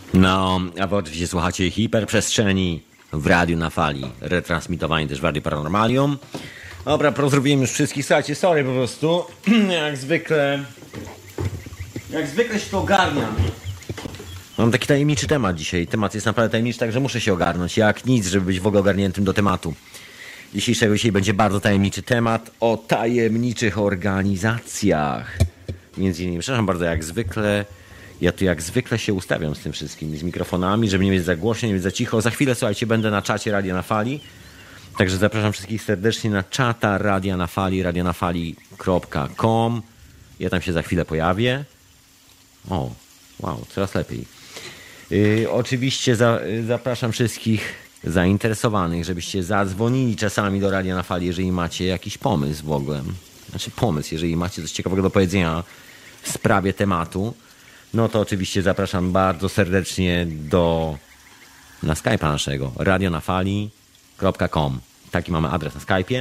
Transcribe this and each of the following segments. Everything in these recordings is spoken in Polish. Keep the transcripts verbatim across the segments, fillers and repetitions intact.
No, a wy oczywiście słuchacie Hiperprzestrzeni w radiu na fali, retransmitowanie też w Radiu Paranormalium. Dobra, pozdrowiłem już wszystkich, słuchajcie, sorry po prostu, jak zwykle, jak zwykle się to ogarniam. Mam taki tajemniczy temat dzisiaj, temat jest naprawdę tajemniczy, także muszę się ogarnąć, jak nic, żeby być w ogóle ogarniętym do tematu. Dzisiejszego dzisiaj będzie bardzo tajemniczy temat o tajemniczych organizacjach. Między innymi, przepraszam bardzo, jak zwykle, ja tu jak zwykle się ustawiam z tym wszystkim, z mikrofonami, żeby nie być za głośno, nie być za cicho. Za chwilę, słuchajcie, będę na czacie Radia na Fali. Także zapraszam wszystkich serdecznie na czata Radia na Fali, radia na fali kropka com. Ja tam się za chwilę pojawię. O, wow, coraz lepiej. Yy, oczywiście za, yy, zapraszam wszystkich zainteresowanych, żebyście zadzwonili czasami do Radia na Fali, jeżeli macie jakiś pomysł w ogóle. Znaczy pomysł, jeżeli macie coś ciekawego do powiedzenia w sprawie tematu, no to oczywiście zapraszam bardzo serdecznie do na Skype'a naszego, radio na fali kropka com. Taki mamy adres na Skype'ie.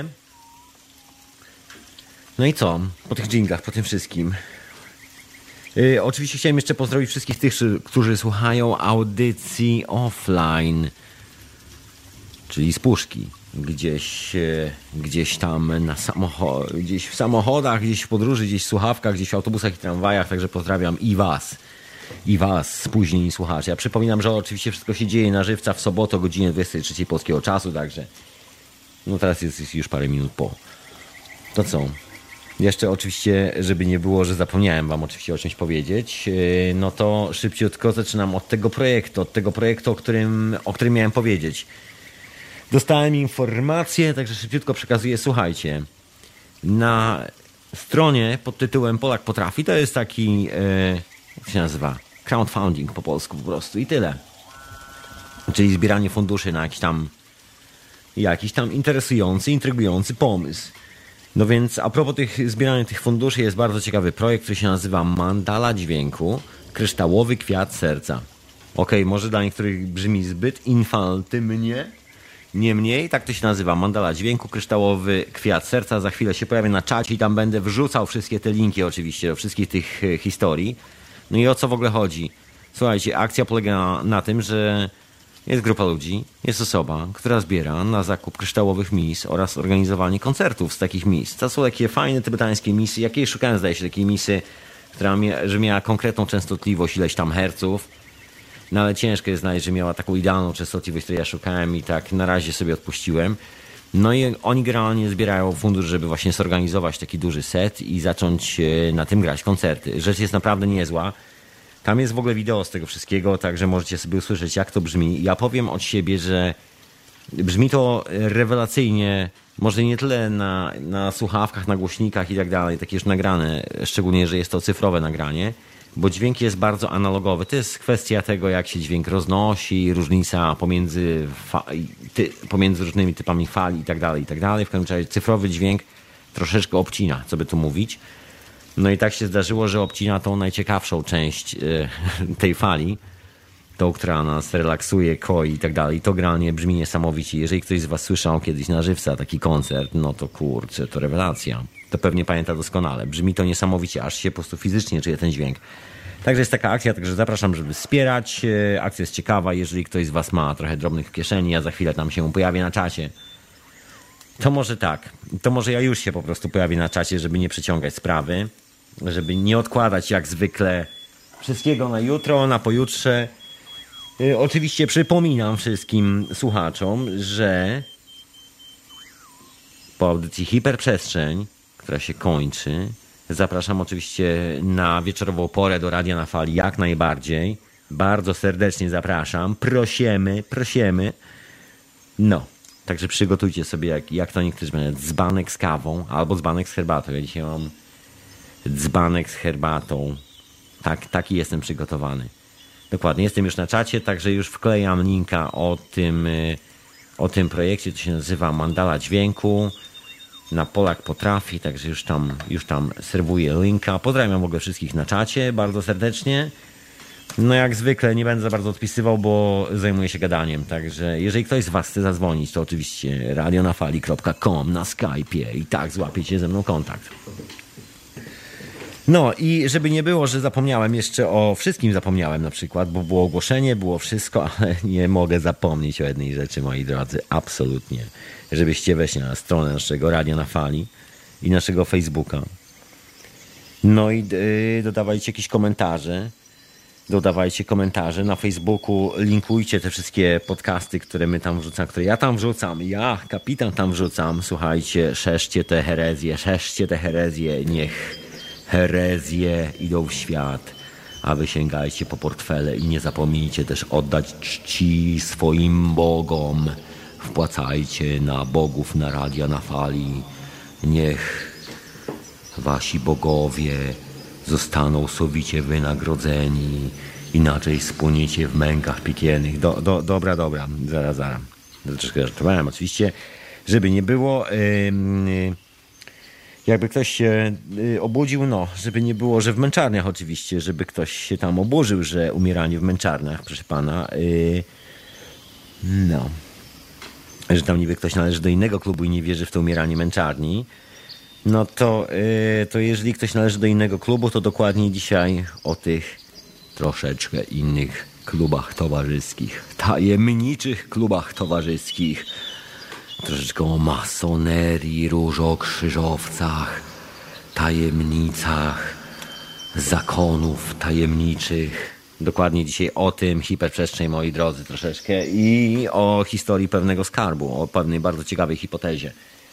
No i co? Po tych dżinglach, po tym wszystkim. Yy, oczywiście chciałem jeszcze pozdrowić wszystkich tych, którzy słuchają audycji offline, czyli z puszki. Gdzieś, yy, gdzieś tam na samocho- gdzieś w samochodach, gdzieś w podróży, gdzieś w słuchawkach, gdzieś w autobusach i tramwajach. Także pozdrawiam i was. I was, spóźnieni słuchacze. Ja przypominam, że oczywiście wszystko się dzieje na żywca w sobotę o godzinie dwudziestej trzeciej polskiego czasu, także no teraz jest, jest już parę minut po. To co? Jeszcze oczywiście, żeby nie było, że zapomniałem wam oczywiście o czymś powiedzieć, no to szybciutko zaczynam od tego projektu, od tego projektu, o którym, o którym miałem powiedzieć. Dostałem informację, także szybciutko przekazuję. Słuchajcie, na stronie pod tytułem Polak Potrafi, to jest taki, e, jak się nazywa, crowdfunding po polsku po prostu i tyle. Czyli zbieranie funduszy na jakiś tam, jakiś tam interesujący, intrygujący pomysł. No więc a propos tych zbierania tych funduszy jest bardzo ciekawy projekt, który się nazywa Mandala Dźwięku, kryształowy kwiat serca. Okej, okay, może dla niektórych brzmi zbyt infantylnie, niemniej tak to się nazywa, Mandala Dźwięku, kryształowy kwiat serca. Za chwilę się pojawię na czacie i tam będę wrzucał wszystkie te linki oczywiście do wszystkich tych historii. No i o co w ogóle chodzi? Słuchajcie, akcja polega na, na tym, że jest grupa ludzi, jest osoba, która zbiera na zakup kryształowych mis oraz organizowanie koncertów z takich mis. To są takie fajne tybetańskie misy. Jakiej szukałem, zdaje się, takiej misy, która mia, że miała konkretną częstotliwość, ileś tam herców. No ale ciężko jest znaleźć, że miała taką idealną częstotliwość, której ja szukałem i tak na razie sobie odpuściłem. No i oni generalnie zbierają fundusz, żeby właśnie zorganizować taki duży set i zacząć na tym grać koncerty. Rzecz jest naprawdę niezła. Tam jest w ogóle wideo z tego wszystkiego, także możecie sobie usłyszeć, jak to brzmi. Ja powiem od siebie, że brzmi to rewelacyjnie, może nie tyle na, na słuchawkach, na głośnikach i tak dalej, takie już nagrane, szczególnie, że jest to cyfrowe nagranie, bo dźwięk jest bardzo analogowy. To jest kwestia tego, jak się dźwięk roznosi, różnica pomiędzy, fa- ty, pomiędzy różnymi typami fali i tak dalej, i tak dalej. W każdym razie cyfrowy dźwięk troszeczkę obcina, co by tu mówić. No i tak się zdarzyło, że obcina tą najciekawszą część y, tej fali, tą, która nas relaksuje, koi i tak dalej. To generalnie brzmi niesamowicie. Jeżeli ktoś z was słyszał kiedyś na żywca taki koncert, no to kurczę, to rewelacja. To pewnie pamięta doskonale. Brzmi to niesamowicie, aż się po prostu fizycznie czuje ten dźwięk. Także jest taka akcja, także zapraszam, żeby wspierać. Akcja jest ciekawa. Jeżeli ktoś z was ma trochę drobnych w kieszeni, ja za chwilę tam się pojawię na czacie. To może tak. To może ja już się po prostu pojawię na czacie, żeby nie przeciągać sprawy. Żeby nie odkładać jak zwykle wszystkiego na jutro, na pojutrze. Yy, oczywiście przypominam wszystkim słuchaczom, że po audycji Hiperprzestrzeń, która się kończy, zapraszam oczywiście na wieczorową porę do Radia na Fali, jak najbardziej. Bardzo serdecznie zapraszam. Prosimy, prosimy. No, także przygotujcie sobie, jak, jak to niektórzy będą, dzbanek z kawą albo dzbanek z herbatą. Ja dzisiaj mam dzbanek z herbatą. Tak, taki jestem przygotowany. Dokładnie, jestem już na czacie, także już wklejam linka o tym, o tym projekcie, to się nazywa Mandala Dźwięku. Na Polak Potrafi, także już tam, już tam serwuję linka. Pozdrawiam w ogóle wszystkich na czacie bardzo serdecznie. No jak zwykle nie będę za bardzo odpisywał, bo zajmuję się gadaniem, także jeżeli ktoś z was chce zadzwonić, to oczywiście radio na fali kropka com na Skype'ie i tak złapiecie ze mną kontakt. No i żeby nie było, że zapomniałem jeszcze o wszystkim zapomniałem na przykład, bo było ogłoszenie, było wszystko, ale nie mogę zapomnieć o jednej rzeczy, moi drodzy, absolutnie. Żebyście weszli na stronę naszego Radia na Fali i naszego Facebooka. No i yy, dodawajcie jakieś komentarze. Dodawajcie komentarze na Facebooku, linkujcie te wszystkie podcasty, które my tam wrzucamy, które ja tam wrzucam, ja, kapitan tam wrzucam. Słuchajcie, szerzcie te herezje, szerzcie te herezje, niech herezje idą w świat, a wy sięgajcie po portfele i nie zapomnijcie też oddać czci swoim bogom. Wpłacajcie na bogów, na Radia na Fali. Niech wasi bogowie zostaną sowicie wynagrodzeni, inaczej spłoniecie w mękach piekielnych. Do, do, dobra, dobra, zaraz, zaraz. Troszkę żartowałem oczywiście, żeby nie było... Yy, jakby ktoś się yy, obudził, no, żeby nie było, że w męczarniach oczywiście, żeby ktoś się tam oburzył, że umieranie w męczarniach, proszę pana, yy, no, że tam niby ktoś należy do innego klubu i nie wierzy w to umieranie męczarni. No to, yy, to jeżeli ktoś należy do innego klubu, to dokładnie dzisiaj o tych troszeczkę innych klubach towarzyskich, tajemniczych klubach towarzyskich, troszeczkę o masonerii, różokrzyżowcach, tajemnicach, zakonów tajemniczych. Dokładnie dzisiaj o tym, hiperprzestrzeń, moi drodzy, troszeczkę i o historii pewnego skarbu, o pewnej bardzo ciekawej hipotezie.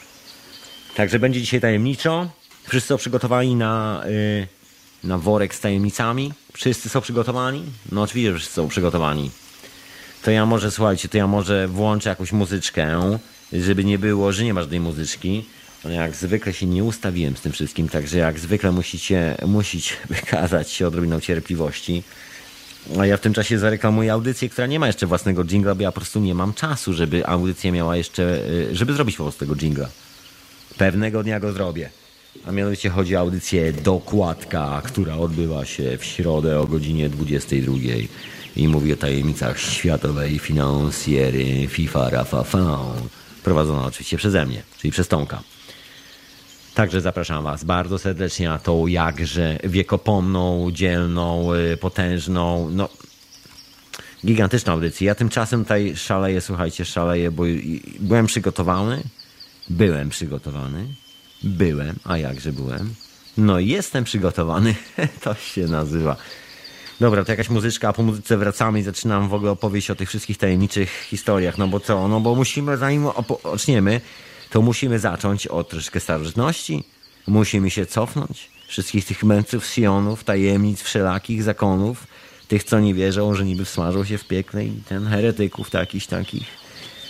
Także będzie dzisiaj tajemniczo. Wszyscy są przygotowani na, yy, na worek z tajemnicami? Wszyscy są przygotowani? No oczywiście, że wszyscy są przygotowani. To ja może, słuchajcie, to ja może włączę jakąś muzyczkę, żeby nie było, że nie masz tej muzyczki. No jak zwykle się nie ustawiłem z tym wszystkim, także jak zwykle musicie, musicie wykazać się odrobiną cierpliwości. A ja w tym czasie zareklamuję audycję, która nie ma jeszcze własnego dżingla, bo ja po prostu nie mam czasu, żeby audycja miała jeszcze, żeby zrobić po prostu tego dżingla. Pewnego dnia go zrobię. A mianowicie chodzi o audycję Dokładka, która odbywa się w środę o godzinie dwudziestej drugiej i mówi o tajemnicach światowej finansjery FIFA Rafa F. Prowadzona oczywiście przeze mnie, czyli przez Tomka. Także zapraszam was bardzo serdecznie na tą jakże wiekopomną, dzielną, potężną, no gigantyczną audycję. Ja tymczasem tutaj szaleję, słuchajcie, szaleję, bo byłem przygotowany. Byłem przygotowany. Byłem, a jakże byłem. No i jestem przygotowany. To się nazywa. Dobra, to jakaś muzyczka, a po muzyce wracamy i zaczynam w ogóle opowieść o tych wszystkich tajemniczych historiach. No bo co? No bo musimy, zanim zaczniemy, to musimy zacząć od troszeczkę starożytności. Musimy się cofnąć. Wszystkich tych mędrców Sionów, tajemnic wszelakich, zakonów. Tych, co nie wierzą, że niby wsmażą się w piekle i ten heretyków takich, takich.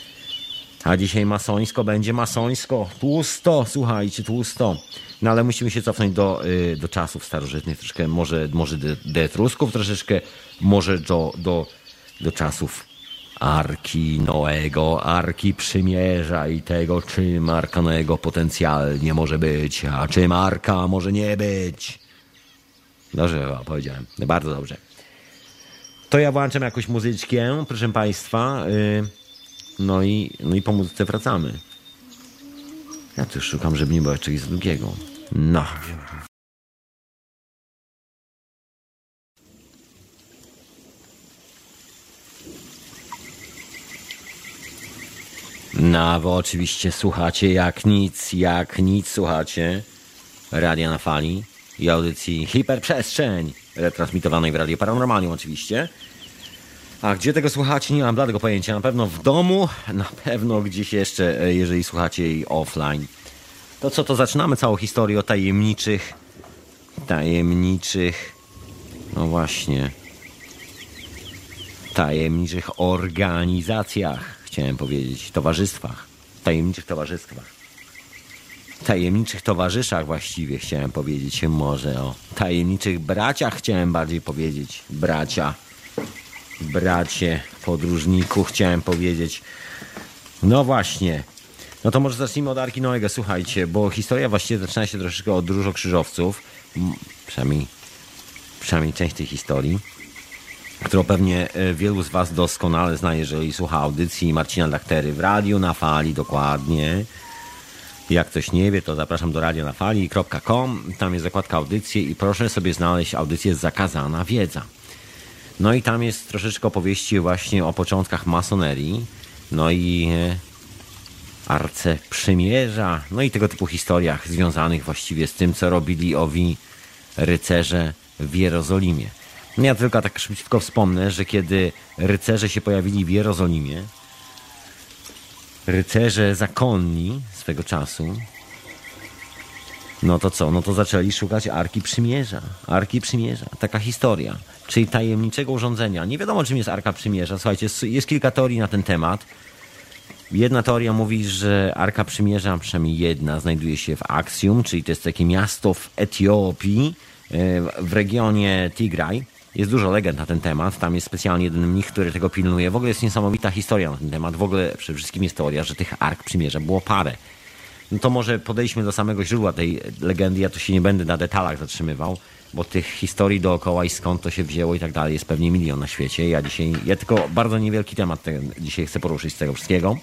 A dzisiaj masońsko będzie masońsko. Tłusto, słuchajcie, tłusto. No ale musimy się cofnąć do, y, do czasów starożytnych, troszkę może, może do, do Etrusków, troszeczkę może do, do, do czasów Arki Noego, Arki Przymierza i tego, czym Arka Noego potencjalnie może być, a czym Arka może nie być. Dobrze powiedziałem, bardzo dobrze. To ja włączam jakąś muzyczkę, proszę państwa. Y, No i, no i po muzyce wracamy. Ja tu szukam, żeby nie było czegoś za długiego. No. No, wy oczywiście słuchacie jak nic, jak nic słuchacie. Radia na Fali i audycji Hiperprzestrzeń, retransmitowanej w Radio Paranormalium oczywiście. A gdzie tego słuchacie? Nie mam bladego pojęcia. Na pewno w domu, na pewno gdzieś jeszcze, jeżeli słuchacie jej offline. To co, to zaczynamy całą historię o tajemniczych, tajemniczych, no właśnie, tajemniczych organizacjach, chciałem powiedzieć, towarzystwach, tajemniczych towarzystwach. Tajemniczych towarzyszach właściwie chciałem powiedzieć, może o tajemniczych braciach chciałem bardziej powiedzieć, bracia. Bracie, podróżniku, chciałem powiedzieć. No właśnie. No to może zacznijmy od Arki Noego, słuchajcie, bo historia właściwie zaczyna się troszeczkę od różokrzyżowców. Przynajmniej, przynajmniej część tej historii, którą pewnie wielu z was doskonale zna, jeżeli słucha audycji Marcina Daktery w radiu, na Fali, dokładnie. Jak ktoś nie wie, to zapraszam do radia na fali kropka com. Tam jest zakładka audycje i proszę sobie znaleźć audycję Zakazana Wiedza. No i tam jest troszeczkę opowieści właśnie o początkach masonerii, no i Arce Przymierza, no i tego typu historiach związanych właściwie z tym, co robili owi rycerze w Jerozolimie. Ja tylko tak szybciutko wspomnę, że kiedy rycerze się pojawili w Jerozolimie, rycerze zakonni swego czasu, no to co? No to zaczęli szukać Arki Przymierza. Arki Przymierza. Taka historia. Czyli tajemniczego urządzenia. Nie wiadomo, czym jest Arka Przymierza. Słuchajcie, jest kilka teorii na ten temat. Jedna teoria mówi, że Arka Przymierza, przynajmniej jedna, znajduje się w Aksium, czyli to jest takie miasto w Etiopii, w regionie Tigraj. Jest dużo legend na ten temat. Tam jest specjalnie jeden mnich, który tego pilnuje. W ogóle jest niesamowita historia na ten temat. W ogóle przede wszystkim jest teoria, że tych Ark Przymierza było parę. No to może podejdźmy do samego źródła tej legendy. Ja tu się nie będę na detalach zatrzymywał, bo tych historii dookoła i skąd to się wzięło i tak dalej jest pewnie milion na świecie. Ja dzisiaj, ja tylko bardzo niewielki temat ten, dzisiaj chcę poruszyć z tego wszystkiego.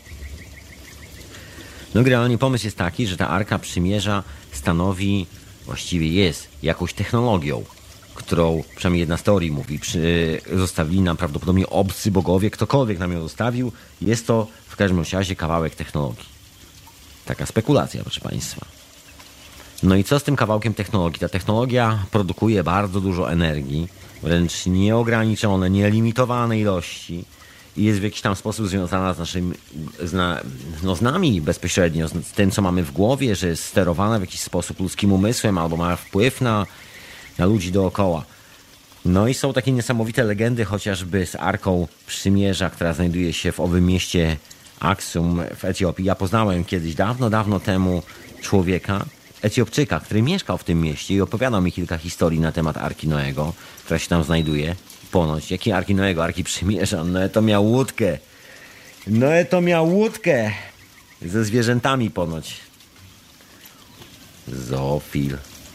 No generalnie pomysł jest taki, że ta Arka Przymierza stanowi, właściwie jest jakąś technologią, którą przynajmniej jedna z teorii mówi, przy, zostawili nam prawdopodobnie obcy bogowie, ktokolwiek nam ją zostawił. Jest to w każdym razie kawałek technologii. Taka spekulacja, proszę Państwa. No i co z tym kawałkiem technologii? Ta technologia produkuje bardzo dużo energii, wręcz nieograniczone, nielimitowane ilości i jest w jakiś tam sposób związana z naszym, z, na, no z nami bezpośrednio, z, z tym, co mamy w głowie, że jest sterowana w jakiś sposób ludzkim umysłem albo ma wpływ na, na ludzi dookoła. No i są takie niesamowite legendy, chociażby z Arką Przymierza, która znajduje się w owym mieście Aksum w Etiopii. Ja poznałem kiedyś, dawno, dawno temu człowieka, Etiopczyka, który mieszkał w tym mieście i opowiadał mi kilka historii na temat Arki Noego, która się tam znajduje. Ponoć, jakie Arki Noego, Arki Przymierza, no to miał łódkę. No to miał łódkę ze zwierzętami ponoć. Zoofil.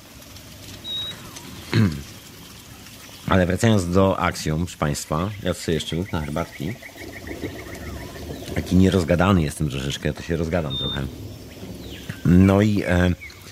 Ale wracając do Aksium, proszę Państwa, ja sobie jeszcze łyk na herbatki. Taki nierozgadany jestem troszeczkę, to się rozgadam trochę. No i e,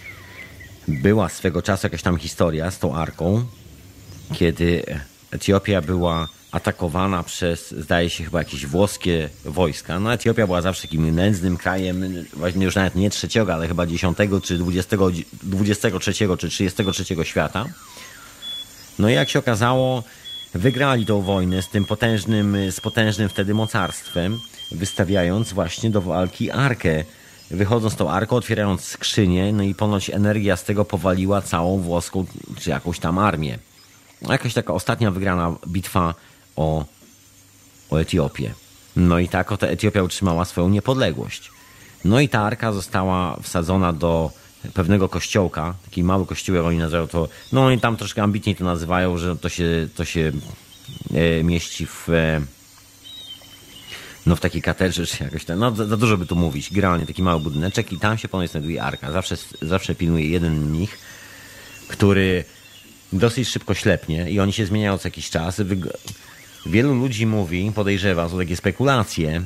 była swego czasu jakaś tam historia z tą Arką, kiedy Etiopia była atakowana przez, zdaje się, chyba jakieś włoskie wojska. No Etiopia była zawsze takim nędznym krajem, właśnie już nawet nie trzeciego, ale chyba dziesiątego, czy dwudziestego, dwudziestego trzeciego, czy trzydziestego trzeciego świata. No i jak się okazało, wygrali tą wojnę z tym potężnym, z potężnym wtedy mocarstwem, wystawiając właśnie do walki Arkę. Wychodząc z tą Arką, otwierając skrzynię, no i ponoć energia z tego powaliła całą włoską, czy jakąś tam armię. Jakaś taka ostatnia wygrana bitwa o, o Etiopię. No i tak oto Etiopia utrzymała swoją niepodległość. No i ta Arka została wsadzona do pewnego kościołka, taki mały kościółek oni nazywają to, no i tam troszkę ambitniej to nazywają, że to się, to się e, mieści w e, no w takiej katedrze, czy jakoś tam, no za, za dużo by tu mówić, generalnie taki mały budyneczek i tam się ponoć znajduje Arka. Zawsze, zawsze pilnuje jeden mnich, który dosyć szybko ślepnie i oni się zmieniają co jakiś czas. Wielu ludzi mówi, podejrzewa, są takie spekulacje,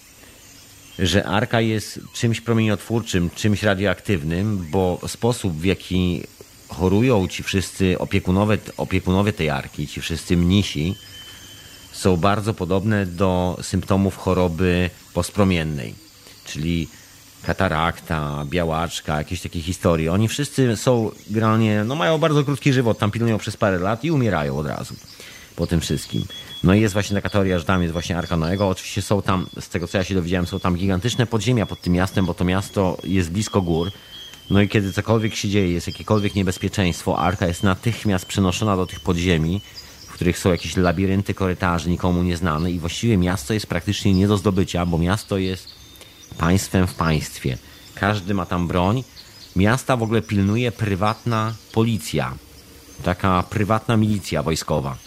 że Arka jest czymś promieniotwórczym, czymś radioaktywnym, bo sposób, w jaki chorują ci wszyscy opiekunowie, opiekunowie tej Arki, ci wszyscy mnisi, są bardzo podobne do symptomów choroby postpromiennej, czyli katarakta, białaczka, jakieś takie historie. Oni wszyscy są generalnie, no mają bardzo krótki żywot, tam pilnują przez parę lat i umierają od razu po tym wszystkim. No i jest właśnie taka teoria, że tam jest właśnie Arka Noego. Oczywiście są tam, z tego co ja się dowiedziałem, są tam gigantyczne podziemia pod tym miastem, bo to miasto jest blisko gór. No i kiedy cokolwiek się dzieje, jest jakiekolwiek niebezpieczeństwo, Arka jest natychmiast przenoszona do tych podziemi, w których są jakieś labirynty korytarzy, nikomu nieznane i właściwie miasto jest praktycznie nie do zdobycia, bo miasto jest państwem w państwie. Każdy ma tam broń. Miasta w ogóle pilnuje prywatna policja. Taka prywatna milicja wojskowa,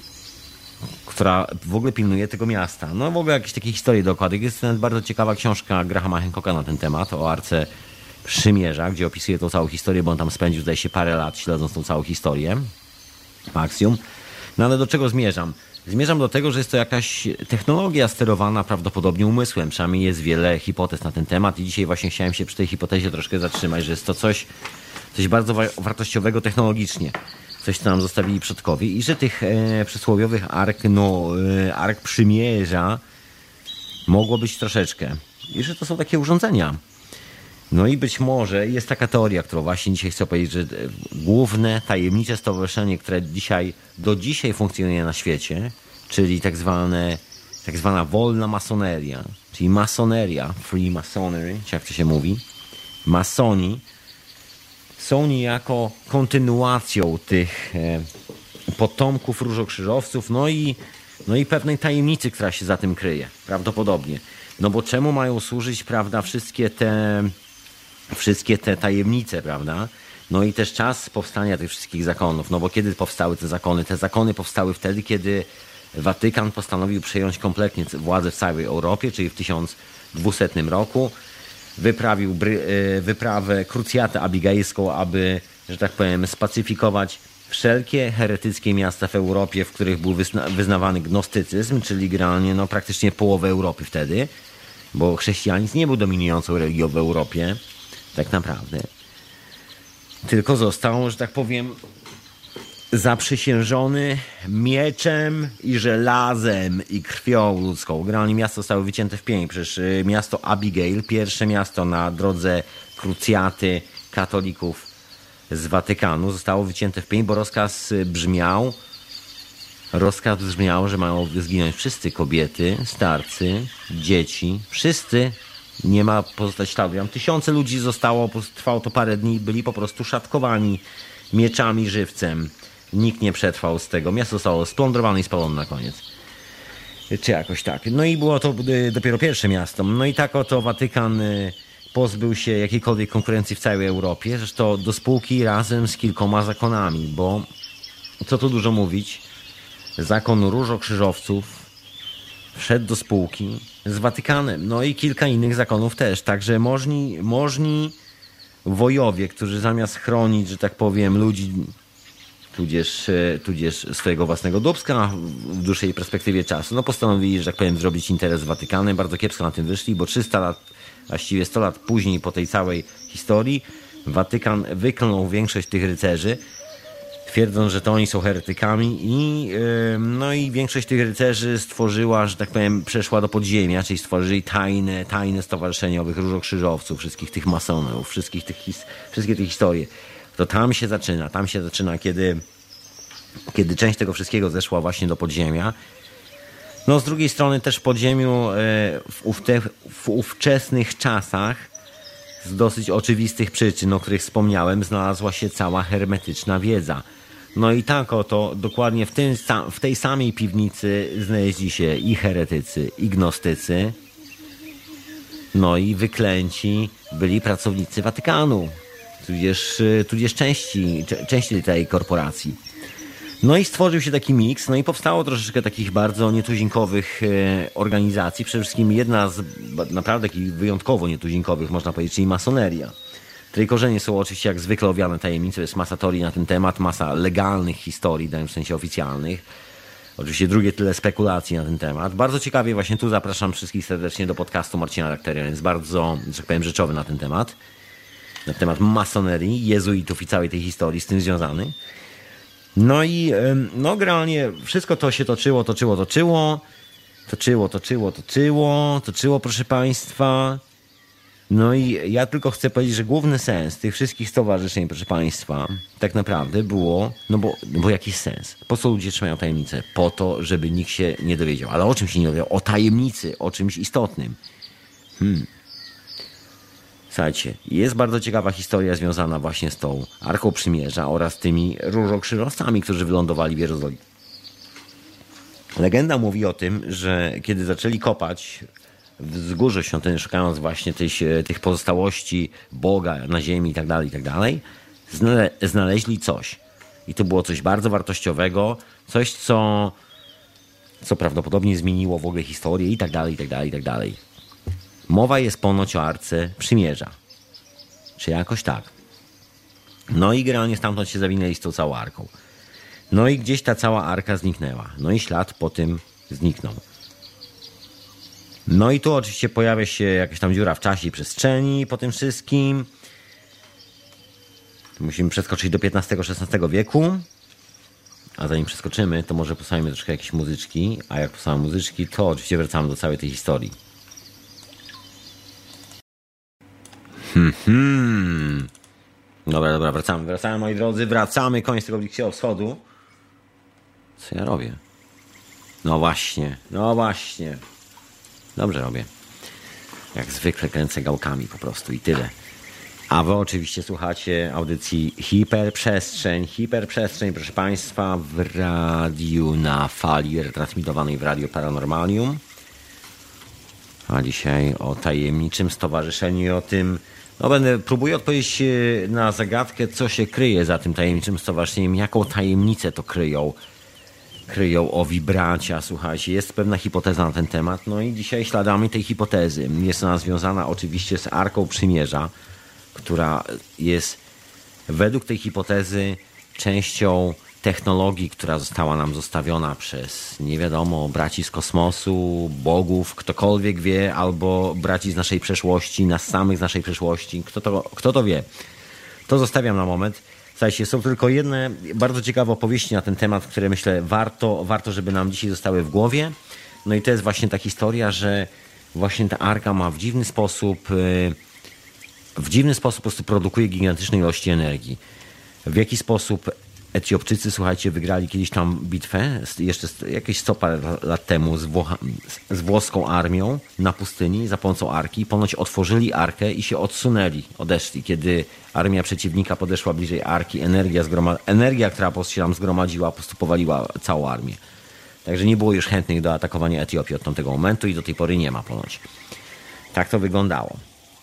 która w ogóle pilnuje tego miasta. No w ogóle jakieś takie historie dokładnie. Jest nawet bardzo ciekawa książka Grahama Hancocka na ten temat, o Arce Przymierza, gdzie opisuje tą całą historię, bo on tam spędził, zdaje się, parę lat śledząc tą całą historię w Aksium. No ale do czego zmierzam? Zmierzam do tego, że jest to jakaś technologia sterowana prawdopodobnie umysłem. Przynajmniej jest wiele hipotez na ten temat i dzisiaj właśnie chciałem się przy tej hipotezie troszkę zatrzymać, że jest to coś, coś bardzo wa- wartościowego technologicznie. Coś, co nam zostawili przodkowie i że tych e, przysłowiowych ark, no, e, ark przymierza mogło być troszeczkę. I że to są takie urządzenia. No i być może jest taka teoria, którą właśnie dzisiaj chcę powiedzieć, że główne tajemnicze stowarzyszenie, które dzisiaj, do dzisiaj funkcjonuje na świecie, czyli tak zwane, tak zwana wolna masoneria, czyli masoneria, free masonry, czy jak to się mówi, masoni, są niejako kontynuacją tych e, potomków różokrzyżowców, no i, no i pewnej tajemnicy, która się za tym kryje, prawdopodobnie. No bo czemu mają służyć, prawda, wszystkie te, wszystkie te tajemnice, prawda? No i też czas powstania tych wszystkich zakonów, no bo kiedy powstały te zakony? Te zakony powstały wtedy, kiedy Watykan postanowił przejąć kompletnie władzę w całej Europie, czyli w tysiąc dwusetnym roku. Wyprawił bry, wyprawę krucjatę abigailską, aby, że tak powiem, spacyfikować wszelkie heretyckie miasta w Europie, w których był wyzna, wyznawany gnostycyzm, czyli generalnie no, praktycznie połowę Europy wtedy, bo chrześcijanizm nie był dominującą religią w Europie, tak naprawdę. Tylko został, że tak powiem, zaprzysiężony mieczem i żelazem i krwią ludzką. Generalnie miasto zostało wycięte w pień. Przecież miasto Abigail, pierwsze miasto na drodze krucjaty katolików z Watykanu, zostało wycięte w pień, bo rozkaz brzmiał, rozkaz brzmiał, że mają zginąć wszyscy kobiety, starcy, dzieci, wszyscy. Nie ma pozostać śladu. Tam tysiące ludzi zostało, trwało to parę dni, byli po prostu szatkowani mieczami, żywcem. Nikt nie przetrwał z tego. Miasto zostało splądrowane i spalone na koniec. Czy jakoś tak. No i było to dopiero pierwsze miasto. No i tak oto Watykan pozbył się jakiejkolwiek konkurencji w całej Europie. Zresztą do spółki razem z kilkoma zakonami, bo co tu dużo mówić, zakon różokrzyżowców wszedł do spółki z Watykanem. No i kilka innych zakonów też. Także możni, możni wojowie, którzy zamiast chronić, że tak powiem, ludzi, tudzież, tudzież swojego własnego dubska w dłuższej perspektywie czasu, no postanowili, że tak powiem, zrobić interes z Watykanem. Bardzo kiepsko na tym wyszli, bo trzysta lat, właściwie sto lat później po tej całej historii Watykan wyklął większość tych rycerzy, twierdząc, że to oni są heretykami i, yy, no i większość tych rycerzy stworzyła, że tak powiem, przeszła do podziemia, czyli stworzyli tajne, tajne stowarzyszenie owych różokrzyżowców, wszystkich tych masonów, wszystkich tych, wszystkie te historie. To tam się zaczyna, tam się zaczyna, kiedy, kiedy część tego wszystkiego zeszła właśnie do podziemia. No z drugiej strony też w podziemiu yy, w, ówte, w ówczesnych czasach z dosyć oczywistych przyczyn, o których wspomniałem, znalazła się cała hermetyczna wiedza. No i tak oto dokładnie w, tym, w tej samej piwnicy znaleźli się i heretycy, i gnostycy, no i wyklęci byli pracownicy Watykanu, tudzież, tudzież części, części tej korporacji. No i stworzył się taki miks, no i powstało troszeczkę takich bardzo nietuzinkowych organizacji, przede wszystkim jedna z naprawdę takich wyjątkowo nietuzinkowych, można powiedzieć, czyli masoneria. Której korzenie są oczywiście jak zwykle owiane tajemnice, jest masa teorii na ten temat, masa legalnych historii, w sensie oficjalnych. Oczywiście drugie tyle spekulacji na ten temat. Bardzo ciekawie, właśnie tu zapraszam wszystkich serdecznie do podcastu Marcina Rakteria, jest bardzo, że tak powiem, rzeczowy na ten temat. Na temat masonerii, jezuitów i całej tej historii z tym związany. No i no generalnie wszystko to się toczyło, toczyło, toczyło, toczyło, toczyło, toczyło, toczyło, proszę Państwa. No i ja tylko chcę powiedzieć, że główny sens tych wszystkich stowarzyszeń, proszę Państwa, tak naprawdę było, no bo, no bo jaki sens? Po co ludzie trzymają tajemnicę? Po to, żeby nikt się nie dowiedział. Ale o czym się nie dowiedział? O tajemnicy, o czymś istotnym. Hmm. Słuchajcie, jest bardzo ciekawa historia związana właśnie z tą Arką Przymierza oraz tymi różokrzyżowcami, którzy wylądowali w Jerozolimie. Legenda mówi o tym, że kiedy zaczęli kopać wzgórze świątyni, szukając właśnie tych, tych pozostałości Boga na ziemi i tak dalej, i tak dalej, znaleźli coś. I to było coś bardzo wartościowego, coś, co, co prawdopodobnie zmieniło w ogóle historię i tak dalej, i tak dalej, i tak dalej. Mowa jest ponoć o Arce Przymierza. Czy jakoś tak. No i generalnie stamtąd się zawinęli z tą całą arką. No i gdzieś ta cała arka zniknęła. No i ślad po tym zniknął. No i tu oczywiście pojawia się jakaś tam dziura w czasie i przestrzeni po tym wszystkim. Musimy przeskoczyć do piętnastego szesnastego wieku. A zanim przeskoczymy, to może posłuchajmy troszkę jakieś muzyczki. A jak posłuchamy muzyczki, to oczywiście wracamy do całej tej historii. Hmm, hmm. Dobra, dobra, wracamy, wracamy moi drodzy, wracamy, koniec tego Bliskiego Wschodu. Co ja robię? No właśnie, no właśnie. Dobrze robię. Jak zwykle kręcę gałkami po prostu i tyle. A wy oczywiście słuchacie audycji Hiperprzestrzeń. Hiperprzestrzeń, proszę Państwa, w radiu na fali retransmitowanej w Radio Paranormalium. A dzisiaj o tajemniczym stowarzyszeniu i o tym, no będę próbuję odpowiedzieć na zagadkę, co się kryje za tym tajemniczym stowarzyszeniem, jaką tajemnicę to kryją. Kryją owi bracia, słuchajcie, jest pewna hipoteza na ten temat, no i dzisiaj śladami tej hipotezy. Jest ona związana oczywiście z Arką Przymierza, która jest według tej hipotezy częścią technologii, która została nam zostawiona przez, nie wiadomo, braci z kosmosu, bogów, ktokolwiek wie, albo braci z naszej przeszłości, nas samych z naszej przeszłości, kto to, kto to wie. To zostawiam na moment. Słuchajcie, są tylko jedne bardzo ciekawe opowieści na ten temat, które myślę warto, warto, żeby nam dzisiaj zostały w głowie. No i to jest właśnie ta historia, że właśnie ta arka ma w dziwny sposób, w dziwny sposób po prostu produkuje gigantyczne ilości energii. W jaki sposób Etiopczycy, słuchajcie, wygrali kiedyś tam bitwę, jeszcze jakieś sto parę lat temu z, Włocha, z włoską armią na pustyni za pomocą arki. Ponoć otworzyli arkę i się odsunęli, odeszli. Kiedy armia przeciwnika podeszła bliżej arki, energia, zgroma- energia która po prostu się tam zgromadziła, po prostu powaliła całą armię. Także nie było już chętnych do atakowania Etiopii od tamtego momentu i do tej pory nie ma ponoć. Tak to wyglądało.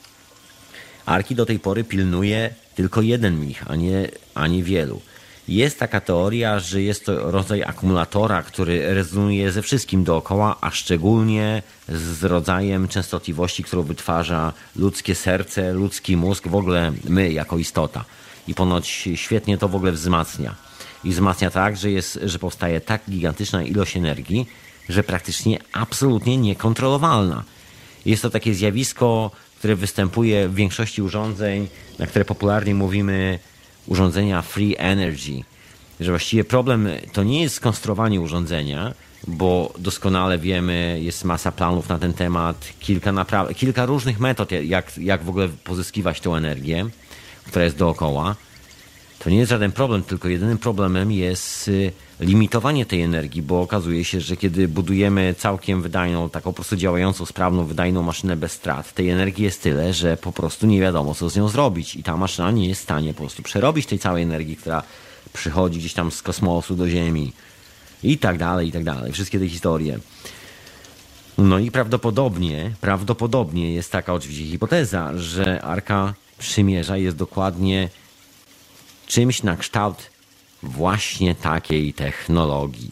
Arki do tej pory pilnuje tylko jeden mnich, a nie, a nie wielu. Jest taka teoria, że jest to rodzaj akumulatora, który rezonuje ze wszystkim dookoła, a szczególnie z rodzajem częstotliwości, którą wytwarza ludzkie serce, ludzki mózg, w ogóle my jako istota. I ponoć świetnie to w ogóle wzmacnia. I wzmacnia tak, że, jest, że powstaje tak gigantyczna ilość energii, że praktycznie absolutnie niekontrolowalna. Jest to takie zjawisko, które występuje w większości urządzeń, na które popularnie mówimy urządzenia free energy, że właściwie problem to nie jest skonstruowanie urządzenia, bo doskonale wiemy, jest masa planów na ten temat, kilka, napra- kilka różnych metod, jak, jak w ogóle pozyskiwać tą energię, która jest dookoła. To nie jest żaden problem, tylko jedynym problemem jest limitowanie tej energii, bo okazuje się, że kiedy budujemy całkiem wydajną, taką po prostu działającą, sprawną, wydajną maszynę bez strat, tej energii jest tyle, że po prostu nie wiadomo, co z nią zrobić i ta maszyna nie jest w stanie po prostu przerobić tej całej energii, która przychodzi gdzieś tam z kosmosu do Ziemi i tak dalej, i tak dalej. Wszystkie te historie. No i prawdopodobnie, prawdopodobnie jest taka oczywiście hipoteza, że Arka Przymierza jest dokładnie czymś na kształt właśnie takiej technologii.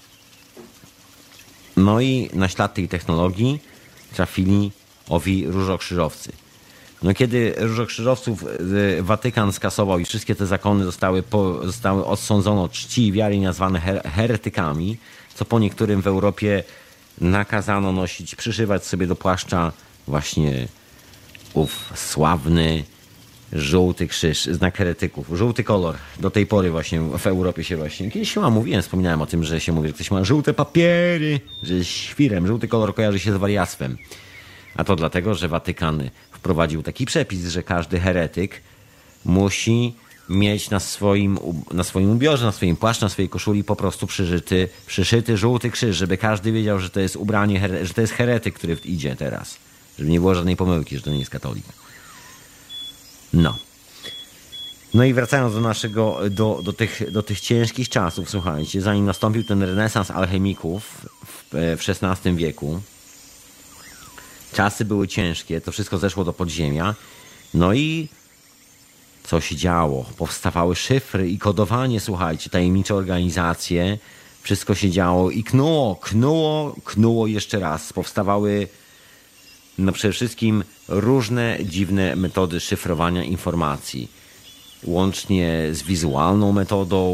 No i na ślad tej technologii trafili owi różokrzyżowcy. No kiedy różokrzyżowców Watykan skasował i wszystkie te zakony zostały, po, zostały odsądzone od czci i wiary nazwane her, heretykami, co po niektórym w Europie nakazano nosić, przyszywać sobie do płaszcza właśnie ów sławny żółty krzyż, znak heretyków, żółty kolor. Do tej pory właśnie w Europie się właśnie, kiedyś chyba mówiłem, wspominałem o tym, że się mówi, że ktoś ma żółte papiery, że jest świrem. Żółty kolor kojarzy się z wariactwem. A to dlatego, że Watykan wprowadził taki przepis, że każdy heretyk musi mieć na swoim, na swoim ubiorze, na swoim płaszczu, na swojej koszuli po prostu przyszyty, przyszyty żółty krzyż, żeby każdy wiedział, że to jest ubranie, że to jest heretyk, który idzie teraz. Żeby nie było żadnej pomyłki, że to nie jest katolik. No. No i wracając do naszego, do, do, tych, do tych ciężkich czasów, słuchajcie, zanim nastąpił ten renesans alchemików w, w szesnastym wieku, czasy były ciężkie, to wszystko zeszło do podziemia, no i co się działo? Powstawały szyfry i kodowanie, słuchajcie, tajemnicze organizacje, wszystko się działo i knuło, knuło, knuło jeszcze raz. Powstawały no przede wszystkim różne dziwne metody szyfrowania informacji. Łącznie z wizualną metodą,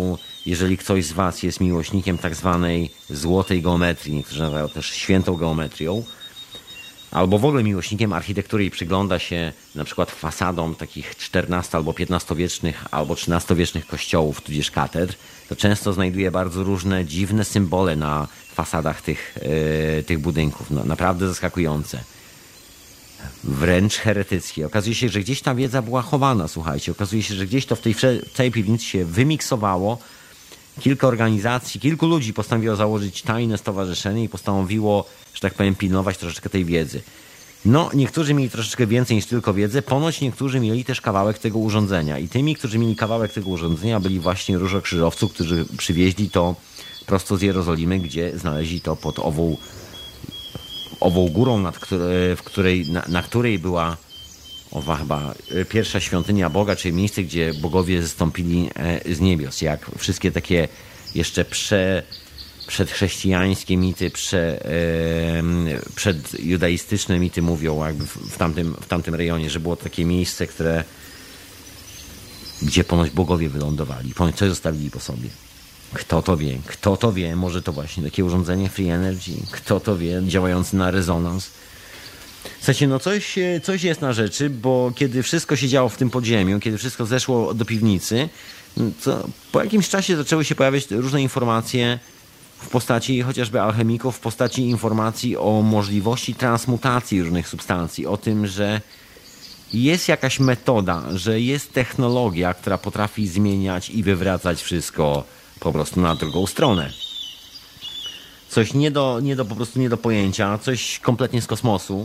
jeżeli ktoś z Was jest miłośnikiem tak zwanej złotej geometrii, niektórzy nazywają też świętą geometrią, albo w ogóle miłośnikiem architektury i przygląda się na przykład fasadom takich czternasto- albo piętnastowiecznych, albo trzynastowiecznych kościołów, tudzież katedr, to często znajduje bardzo różne dziwne symbole na fasadach tych, yy, tych budynków. No, naprawdę zaskakujące. Wręcz heretyckie. Okazuje się, że gdzieś ta wiedza była chowana, słuchajcie. Okazuje się, że gdzieś to w tej całej piwnicy się wymiksowało. Kilka organizacji, kilku ludzi postanowiło założyć tajne stowarzyszenie i postanowiło, że tak powiem, pilnować troszeczkę tej wiedzy. No, niektórzy mieli troszeczkę więcej niż tylko wiedzę, ponoć niektórzy mieli też kawałek tego urządzenia. I tymi, którzy mieli kawałek tego urządzenia, byli właśnie różokrzyżowcy, którzy przywieźli to prosto z Jerozolimy, gdzie znaleźli to pod ową, ową górą, nad której, w której, na, na której była owa chyba pierwsza świątynia Boga, czyli miejsce, gdzie bogowie zstąpili z niebios. Jak wszystkie takie jeszcze prze, przedchrześcijańskie mity, prze, przedjudaistyczne mity mówią jakby w tamtym, w tamtym rejonie, że było takie miejsce, które gdzie ponoć bogowie wylądowali, ponoć coś zostawili po sobie. Kto to wie? Kto to wie? Może to właśnie takie urządzenie Free Energy? Kto to wie? Działające na rezonans? Słuchajcie, no coś, coś jest na rzeczy, bo kiedy wszystko się działo w tym podziemiu, kiedy wszystko zeszło do piwnicy, to po jakimś czasie zaczęły się pojawiać różne informacje w postaci chociażby alchemików, w postaci informacji o możliwości transmutacji różnych substancji, o tym, że jest jakaś metoda, że jest technologia, która potrafi zmieniać i wywracać wszystko po prostu na drugą stronę. Coś nie do, nie do, po prostu nie do pojęcia, coś kompletnie z kosmosu.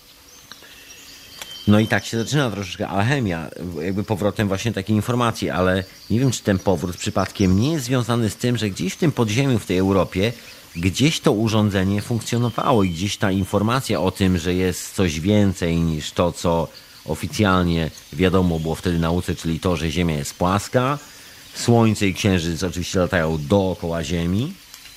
No i tak się zaczyna troszeczkę alchemia, jakby powrotem właśnie takiej informacji, ale nie wiem, czy ten powrót przypadkiem nie jest związany z tym, że gdzieś w tym podziemiu w tej Europie gdzieś to urządzenie funkcjonowało i gdzieś ta informacja o tym, że jest coś więcej niż to, co oficjalnie wiadomo było wtedy nauce, czyli to, że Ziemia jest płaska, Słońce i Księżyc oczywiście latają dookoła Ziemi,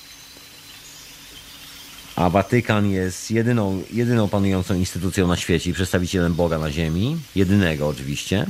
a Watykan jest jedyną, jedyną panującą instytucją na świecie i przedstawicielem Boga na ziemi, jedynego oczywiście.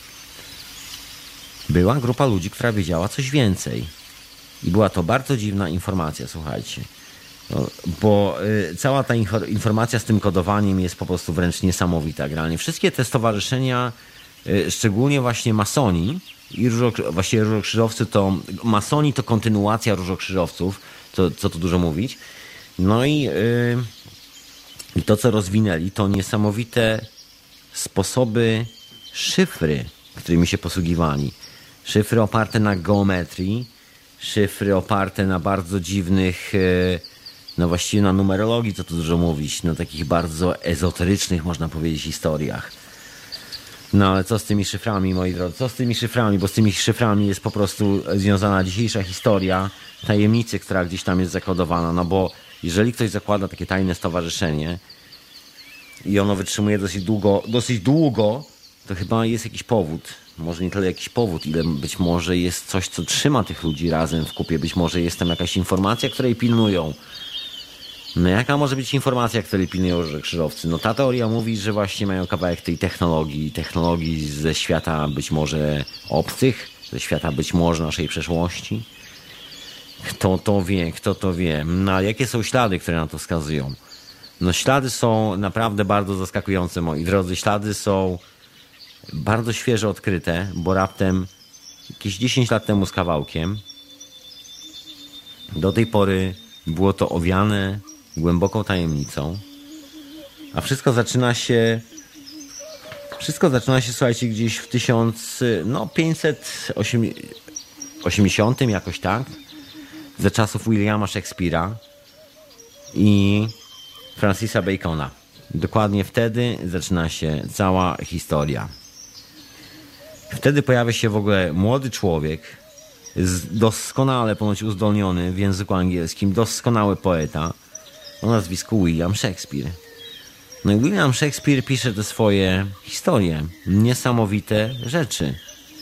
Była grupa ludzi, która wiedziała coś więcej. I była to bardzo dziwna informacja, słuchajcie. No, bo y, cała ta infor- informacja z tym kodowaniem jest po prostu wręcz niesamowita. Generalnie wszystkie te stowarzyszenia, y, szczególnie właśnie masoni i różokrzy- właściwie różokrzyżowcy, to masoni to kontynuacja różokrzyżowców, to, co tu dużo mówić. No i, yy, i to, co rozwinęli, to niesamowite sposoby szyfry, którymi się posługiwali. Szyfry oparte na geometrii, szyfry oparte na bardzo dziwnych, yy, no właściwie na numerologii, co tu dużo mówić, no takich bardzo ezoterycznych, można powiedzieć, historiach. No ale co z tymi szyframi, moi drodzy? Co z tymi szyframi? Bo z tymi szyframi jest po prostu związana dzisiejsza historia tajemnicy, która gdzieś tam jest zakodowana, no bo jeżeli ktoś zakłada takie tajne stowarzyszenie i ono wytrzymuje dosyć długo, dosyć długo, to chyba jest jakiś powód. Może nie tyle jakiś powód, ile być może jest coś, co trzyma tych ludzi razem w kupie. Być może jest tam jakaś informacja, której pilnują. No jaka może być informacja, której pilnują krzyżowcy? No ta teoria mówi, że właśnie mają kawałek tej technologii, technologii ze świata być może obcych, ze świata być może naszej przeszłości. Kto to wie, kto to wie. No a jakie są ślady, które na to wskazują? No ślady są naprawdę bardzo zaskakujące, moi drodzy. Ślady są bardzo świeżo odkryte, bo raptem jakieś dziesięć lat temu z kawałkiem do tej pory było to owiane głęboką tajemnicą. A wszystko zaczyna się wszystko zaczyna się, słuchajcie, gdzieś w tysiąc pięćset osiemdziesiątym jakoś tak, za czasów Williama Shakespeare'a i Francisa Bacona. Dokładnie wtedy zaczyna się cała historia. Wtedy pojawia się w ogóle młody człowiek, doskonale ponoć uzdolniony w języku angielskim, doskonały poeta o nazwisku William Shakespeare. No i William Shakespeare pisze te swoje historie, niesamowite rzeczy.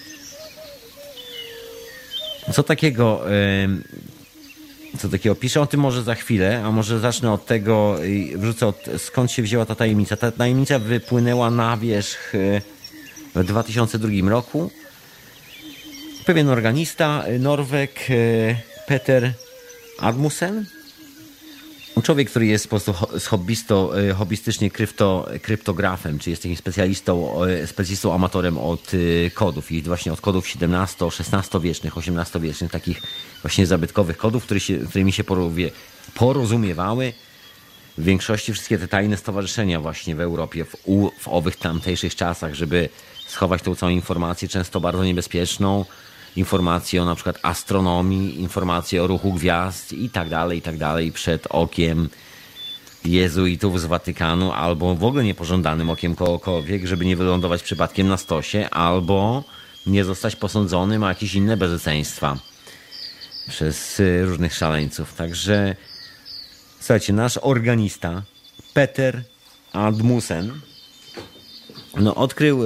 Co takiego, co takiego piszę o tym może za chwilę, a może zacznę od tego i wrzucę od, skąd się wzięła ta tajemnica. Ta tajemnica wypłynęła na wierzch w dwa tysiące drugim roku. pewien organista, Norweg Peter Admussen. Człowiek, który jest po prostu hobbysto, hobbystycznie krypto, kryptografem, czy jest takim specjalistą, specjalistą amatorem od kodów i właśnie od kodów siedemnasto-, szesnastowiecznych, osiemnastowiecznych, takich właśnie zabytkowych kodów, które się, którymi się porozumiewały w większości wszystkie te tajne stowarzyszenia właśnie w Europie w, u, w owych tamtejszych czasach, żeby schować tą całą informację, często bardzo niebezpieczną, informacje o na przykład astronomii, informacje o ruchu gwiazd i tak dalej, i tak dalej przed okiem jezuitów z Watykanu albo w ogóle niepożądanym okiem kogokolwiek, żeby nie wylądować przypadkiem na stosie albo nie zostać posądzonym o jakieś inne bezeceństwa przez różnych szaleńców. Także słuchajcie, nasz organista Peter Admussen no odkrył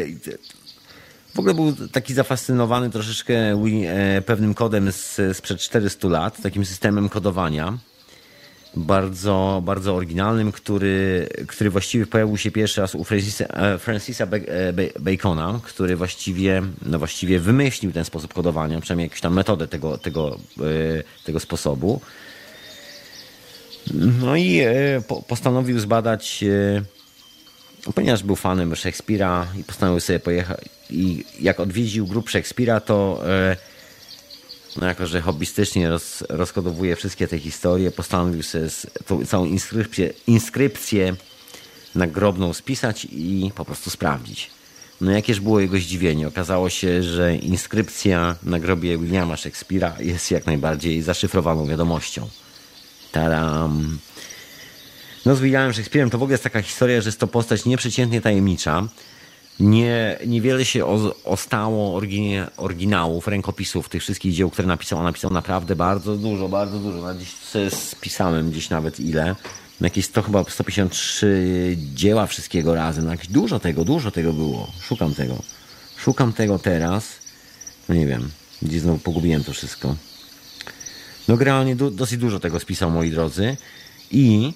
w ogóle był taki zafascynowany troszeczkę pewnym kodem z, sprzed czterystu lat, takim systemem kodowania, bardzo, bardzo oryginalnym, który, który właściwie pojawił się pierwszy raz u Francisa, Francisa Bacona, który właściwie, no właściwie wymyślił ten sposób kodowania, przynajmniej jakąś tam metodę tego, tego, tego sposobu. No i postanowił zbadać, ponieważ był fanem Szekspira i postanowił sobie pojechać i jak odwiedził grup Szekspira, to no jako, że hobbystycznie roz, rozkodowuje wszystkie te historie, postanowił sobie tą całą inskrypcję, inskrypcję nagrobną spisać i po prostu sprawdzić. No jakież było jego zdziwienie. Okazało się, że inskrypcja na grobie Williama Szekspira jest jak najbardziej zaszyfrowaną wiadomością. Tadam! No z Williamem Szekspirem to w ogóle jest taka historia, że jest to postać nieprzeciętnie tajemnicza. Nie, niewiele się o, ostało orygin, oryginałów, rękopisów tych wszystkich dzieł, które napisał. On napisał naprawdę bardzo dużo, bardzo dużo. Na gdzieś sobie spisałem gdzieś nawet ile. Jakieś sto, chyba sto pięćdziesiąt trzy dzieła wszystkiego razem. No jakieś dużo tego, dużo tego było. Szukam tego. Szukam tego teraz. No nie wiem, gdzie znowu pogubiłem to wszystko. No generalnie do, dosyć dużo tego spisał, moi drodzy. I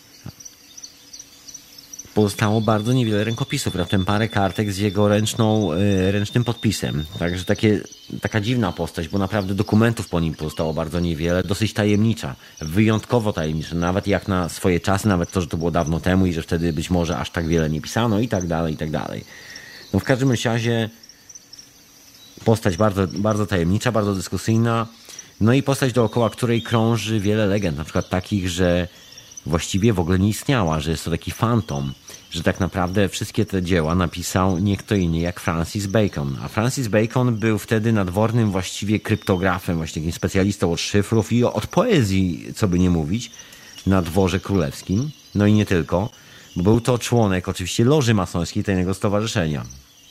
pozostało bardzo niewiele rękopisów, raptem parę kartek z jego ręczną, ręcznym podpisem. Także takie, taka dziwna postać, bo naprawdę dokumentów po nim pozostało bardzo niewiele, dosyć tajemnicza, wyjątkowo tajemnicza, nawet jak na swoje czasy, nawet to, że to było dawno temu i że wtedy być może aż tak wiele nie pisano i tak dalej, i tak dalej. No w każdym razie postać bardzo, bardzo tajemnicza, bardzo dyskusyjna, no i postać dookoła której krąży wiele legend, na przykład takich, że właściwie w ogóle nie istniała, że jest to taki fantom, że tak naprawdę wszystkie te dzieła napisał nie kto inny jak Francis Bacon. A Francis Bacon był wtedy nadwornym właściwie kryptografem, właśnie takim specjalistą od szyfrów i od poezji, co by nie mówić, na dworze królewskim. No i nie tylko, bo był to członek oczywiście loży masońskiej tajnego stowarzyszenia.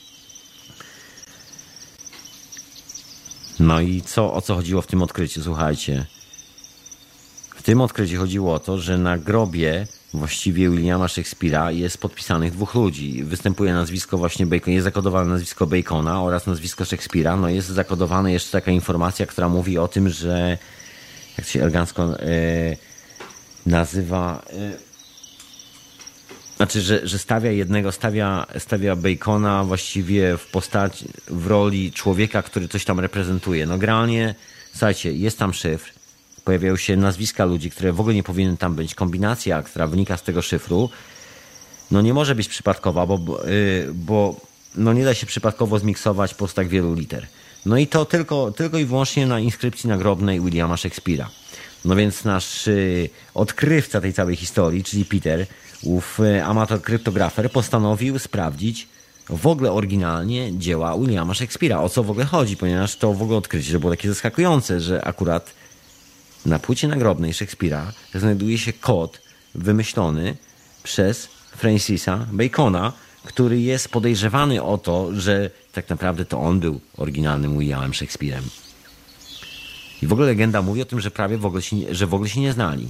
No i co, o co chodziło w tym odkryciu? Słuchajcie. W tym odkryciu chodziło o to, że na grobie właściwie Williama Szekspira jest podpisanych dwóch ludzi. Występuje nazwisko właśnie Bacon, jest zakodowane nazwisko Bacona oraz nazwisko Szekspira. No jest zakodowana jeszcze taka informacja, która mówi o tym, że jak to się elegancko e, nazywa, e, znaczy, że, że stawia jednego, stawia, stawia Bacona właściwie w postaci, w roli człowieka, który coś tam reprezentuje. No generalnie, słuchajcie, jest tam szyfr. Pojawiają się nazwiska ludzi, które w ogóle nie powinny tam być. Kombinacja, która wynika z tego szyfru, no nie może być przypadkowa, bo, yy, bo no nie da się przypadkowo zmiksować po tak wielu liter. No i to tylko, tylko i wyłącznie na inskrypcji nagrobnej Williama Szekspira. No więc nasz yy, odkrywca tej całej historii, czyli Peter, ów yy, amator kryptografer, postanowił sprawdzić w ogóle oryginalnie dzieła Williama Szekspira. O co w ogóle chodzi, ponieważ to w ogóle odkrycie że było takie zaskakujące, że akurat na płycie nagrobnej Szekspira znajduje się kod wymyślony przez Francisa Bacona, który jest podejrzewany o to, że tak naprawdę to on był oryginalnym Williamem Szekspirem. I w ogóle legenda mówi o tym, że prawie w ogóle się, że w ogóle się nie znali.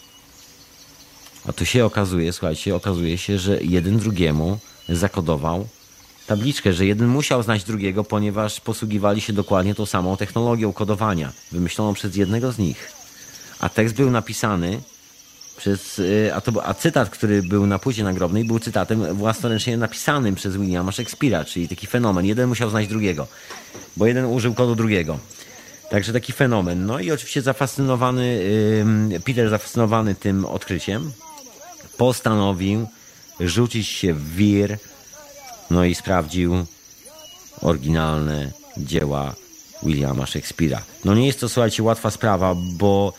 A tu się okazuje, słuchajcie, okazuje się, że jeden drugiemu zakodował tabliczkę, że jeden musiał znać drugiego, ponieważ posługiwali się dokładnie tą samą technologią kodowania, wymyśloną przez jednego z nich. A tekst był napisany przez, a, to, a cytat, który był na płycie nagrobnej, był cytatem własnoręcznie napisanym przez Williama Shakespeare'a, czyli taki fenomen. Jeden musiał znać drugiego, bo jeden użył kodu drugiego. Także taki fenomen. No i oczywiście zafascynowany, Peter zafascynowany tym odkryciem, postanowił rzucić się w wir, no i sprawdził oryginalne dzieła Williama Shakespeare'a. No nie jest to, słuchajcie, łatwa sprawa, bo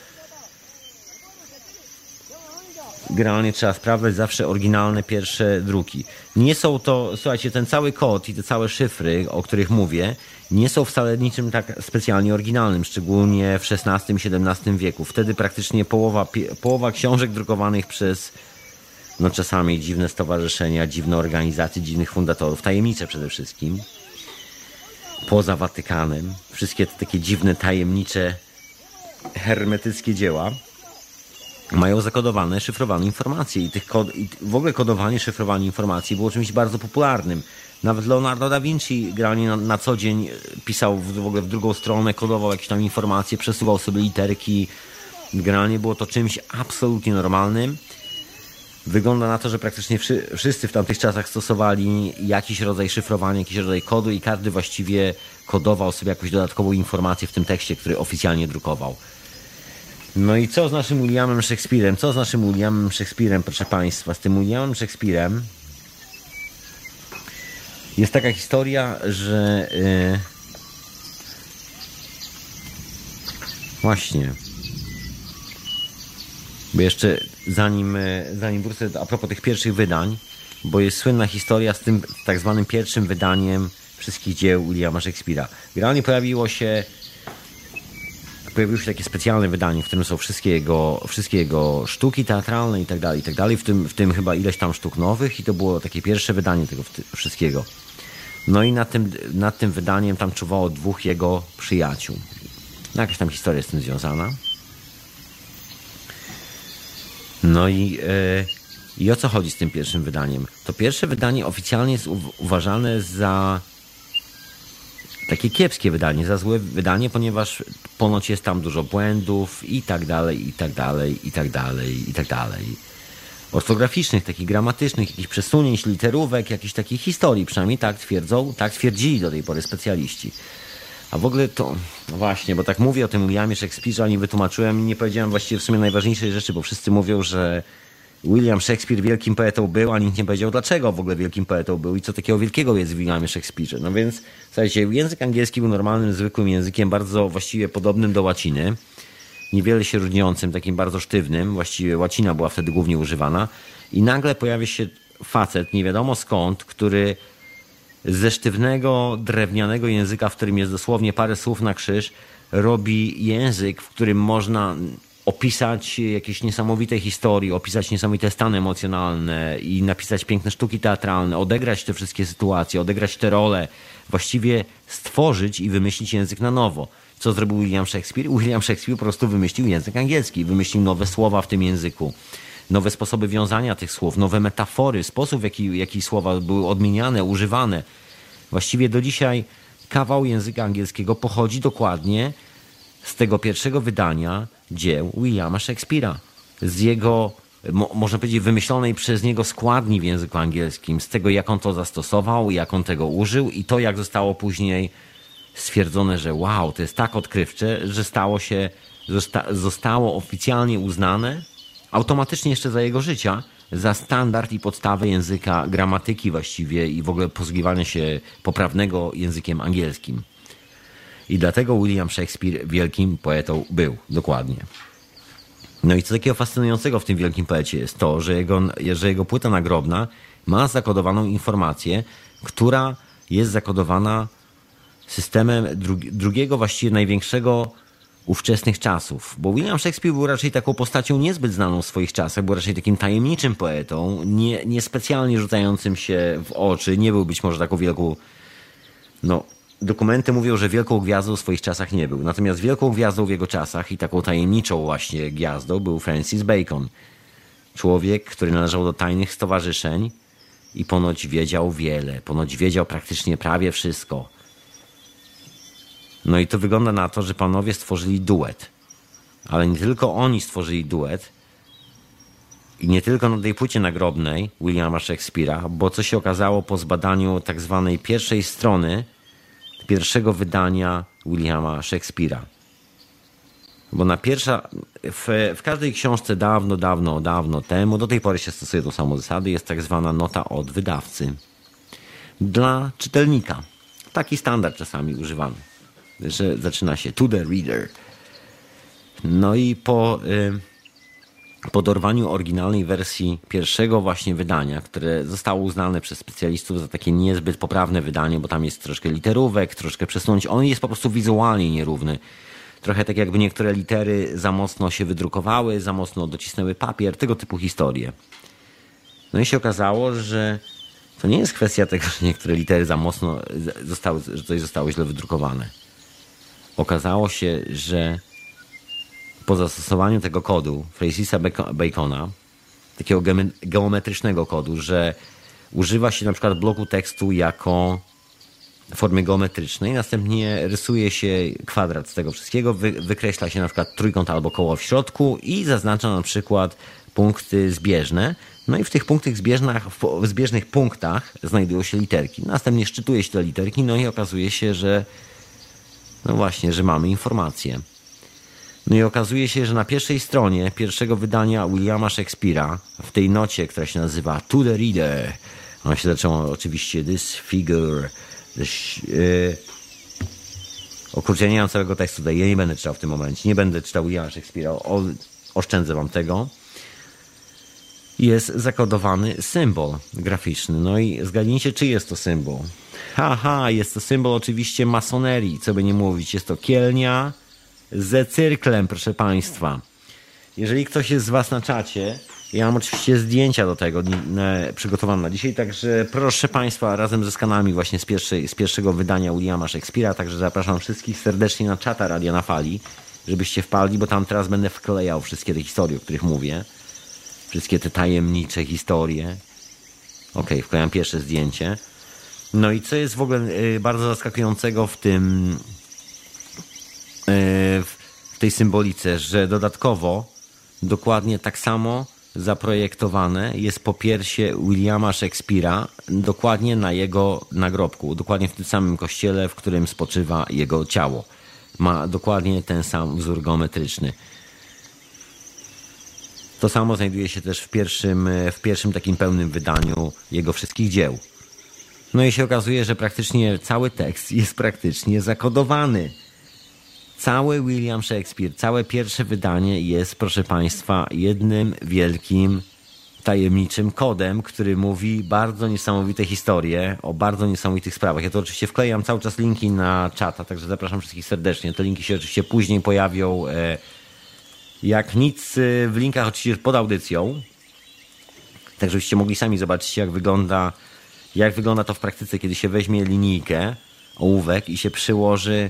generalnie trzeba sprawdzać zawsze oryginalne pierwsze druki. Nie są to, słuchajcie, ten cały kod i te całe szyfry, o których mówię, nie są wcale niczym tak specjalnie oryginalnym, szczególnie w szesnastym, siedemnastym wieku. Wtedy praktycznie połowa, połowa książek drukowanych przez no czasami dziwne stowarzyszenia, dziwne organizacje, dziwnych fundatorów, tajemnicze przede wszystkim, poza Watykanem, wszystkie te takie dziwne, tajemnicze, hermetyckie dzieła mają zakodowane, szyfrowane informacje i, tych kod, i w ogóle kodowanie, szyfrowanie informacji było czymś bardzo popularnym. Nawet Leonardo da Vinci generalnie na, na co dzień pisał w, w ogóle w drugą stronę, kodował jakieś tam informacje, przesuwał sobie literki. Generalnie było to czymś absolutnie normalnym. Wygląda na to, że praktycznie wszyscy w tamtych czasach stosowali jakiś rodzaj szyfrowania, jakiś rodzaj kodu i każdy właściwie kodował sobie jakąś dodatkową informację w tym tekście, który oficjalnie drukował. No i co z naszym Williamem Shakespeare'em? Co z naszym Williamem Shakespeare'em, proszę Państwa? Z tym Williamem Shakespeare'em jest taka historia, że yy... właśnie... Bo jeszcze zanim, zanim wrócę a propos tych pierwszych wydań, bo jest słynna historia z tym tak zwanym pierwszym wydaniem wszystkich dzieł Williama Shakespeare'a. Generalnie pojawiło się pojawiło się takie specjalne wydanie, w którym są wszystkie jego, wszystkie jego sztuki teatralne i tak dalej, i tak dalej, w tym, w tym chyba ileś tam sztuk nowych i to było takie pierwsze wydanie tego wszystkiego. No i nad tym, nad tym wydaniem tam czuwało dwóch jego przyjaciół. No, jakaś tam historia jest z tym związana. No i, yy, i o co chodzi z tym pierwszym wydaniem? To pierwsze wydanie oficjalnie jest u- uważane za takie kiepskie wydanie, za złe wydanie, ponieważ ponoć jest tam dużo błędów i tak dalej, i tak dalej, i tak dalej, i tak dalej. Ortograficznych, takich gramatycznych, jakichś przesunięć, literówek, jakichś takich historii, przynajmniej tak twierdzą, tak twierdzili do tej pory specjaliści. A w ogóle to, no właśnie, bo tak mówię o tym Williamie Shakespeare'ze, nie wytłumaczyłem i nie powiedziałem właściwie w sumie najważniejszej rzeczy, bo wszyscy mówią, że William Shakespeare wielkim poetą był, a nikt nie powiedział, dlaczego w ogóle wielkim poetą był i co takiego wielkiego jest w Williamie Shakespeare'ze. No więc, słuchajcie, język angielski był normalnym, zwykłym językiem, bardzo właściwie podobnym do łaciny, niewiele się różniącym, takim bardzo sztywnym, właściwie łacina była wtedy głównie używana i nagle pojawia się facet, nie wiadomo skąd, który ze sztywnego, drewnianego języka, w którym jest dosłownie parę słów na krzyż, robi język, w którym można opisać jakieś niesamowite historie, opisać niesamowite stany emocjonalne i napisać piękne sztuki teatralne, odegrać te wszystkie sytuacje, odegrać te role, właściwie stworzyć i wymyślić język na nowo. Co zrobił William Shakespeare? William Shakespeare po prostu wymyślił język angielski, wymyślił nowe słowa w tym języku, nowe sposoby wiązania tych słów, nowe metafory, sposób w jaki, jaki słowa były odmieniane, używane. Właściwie do dzisiaj kawał języka angielskiego pochodzi dokładnie z tego pierwszego wydania dzieł Williama Shakespeare'a. Z jego, mo, można powiedzieć, wymyślonej przez niego składni w języku angielskim, z tego, jak on to zastosował, jak on tego użył i to, jak zostało później stwierdzone, że wow, to jest tak odkrywcze, że stało się, zosta, zostało oficjalnie uznane automatycznie jeszcze za jego życia, za standard i podstawę języka, gramatyki właściwie i w ogóle posługiwania się poprawnego językiem angielskim. I dlatego William Shakespeare wielkim poetą był, dokładnie. No i co takiego fascynującego w tym wielkim poecie jest to, że jego, że jego płyta nagrobna ma zakodowaną informację, która jest zakodowana systemem dru- drugiego, właściwie największego ówczesnych czasów. Bo William Shakespeare był raczej taką postacią niezbyt znaną w swoich czasach, był raczej takim tajemniczym poetą, nie, niespecjalnie rzucającym się w oczy, nie był być może taką wielką, no, dokumenty mówią, że wielką gwiazdą w swoich czasach nie był. Natomiast wielką gwiazdą w jego czasach i taką tajemniczą właśnie gwiazdą był Francis Bacon. Człowiek, który należał do tajnych stowarzyszeń i ponoć wiedział wiele, ponoć wiedział praktycznie prawie wszystko. No i to wygląda na to, że panowie stworzyli duet. Ale nie tylko oni stworzyli duet, I nie tylko na tej płycie nagrobnej Williama Shakespeare'a, bo co się okazało po zbadaniu tak zwanej pierwszej strony pierwszego wydania Williama Shakespeare'a. Bo na pierwsza, w, w każdej książce dawno, dawno, dawno temu, do tej pory się stosuje tą samą zasadę, jest tak zwana nota od wydawcy. Dla czytelnika. Taki standard czasami używamy, że zaczyna się to the reader. No i po, y, po dorwaniu oryginalnej wersji pierwszego właśnie wydania, które zostało uznane przez specjalistów za takie niezbyt poprawne wydanie, bo tam jest troszkę literówek, troszkę przesunąć, on jest po prostu wizualnie nierówny. Trochę tak jakby niektóre litery za mocno się wydrukowały, za mocno docisnęły papier, tego typu historie. No i się okazało, że to nie jest kwestia tego, że niektóre litery za mocno zostały, że coś zostało źle wydrukowane. Okazało się, że po zastosowaniu tego kodu Francisa Bacona, takiego geometrycznego kodu, że używa się na przykład bloku tekstu jako formy geometrycznej, następnie rysuje się kwadrat z tego wszystkiego, wy, wykreśla się na przykład trójkąt albo koło w środku i zaznacza na przykład punkty zbieżne. No i w tych punktach zbieżnych, w zbieżnych punktach znajdują się literki. Następnie szczytuje się te literki, no i okazuje się, że no właśnie, że mamy informację. No i okazuje się, że na pierwszej stronie pierwszego wydania Williama Shakespeare'a, w tej nocie, która się nazywa To the Reader, ona się zaczęła oczywiście This figure, this, yy... o kurczę, ja nie mam całego tekstu tutaj, ja nie będę czytał w tym momencie, nie będę czytał Williama Shakespeare'a, o, oszczędzę wam tego. Jest zakodowany symbol graficzny. No i zgadnijcie, czy jest to symbol. Haha, jest to symbol oczywiście masonerii, co by nie mówić. Jest to kielnia ze cyrklem, proszę państwa. Jeżeli ktoś jest z was na czacie, ja mam oczywiście zdjęcia do tego przygotowane na dzisiaj, także proszę państwa, razem ze skanami właśnie z, pierwszej, z pierwszego wydania Williama Shakespeare'a, także zapraszam wszystkich serdecznie na czata Radia na Fali, żebyście wpadli, bo tam teraz będę wklejał wszystkie te historie, o których mówię. Wszystkie te tajemnicze historie. Ok, wklejam pierwsze zdjęcie. No i co jest w ogóle bardzo zaskakującego w tym, w tej symbolice, że dodatkowo dokładnie tak samo zaprojektowane jest popiersie Williama Shakespeare'a dokładnie na jego nagrobku, dokładnie w tym samym kościele, w którym spoczywa jego ciało. Ma dokładnie ten sam wzór geometryczny. To samo znajduje się też w pierwszym, w pierwszym takim pełnym wydaniu jego wszystkich dzieł. No i się okazuje, że praktycznie cały tekst jest praktycznie zakodowany. Cały William Shakespeare, całe pierwsze wydanie jest, proszę państwa, jednym wielkim, tajemniczym kodem, który mówi bardzo niesamowite historie o bardzo niesamowitych sprawach. Ja to oczywiście wklejam cały czas linki na czata, także zapraszam wszystkich serdecznie. Te linki się oczywiście później pojawią e, jak nic w linkach oczywiście pod audycją. Tak żebyście mogli sami zobaczyć, jak wygląda, jak wygląda to w praktyce, kiedy się weźmie linijkę, ołówek i się przyłoży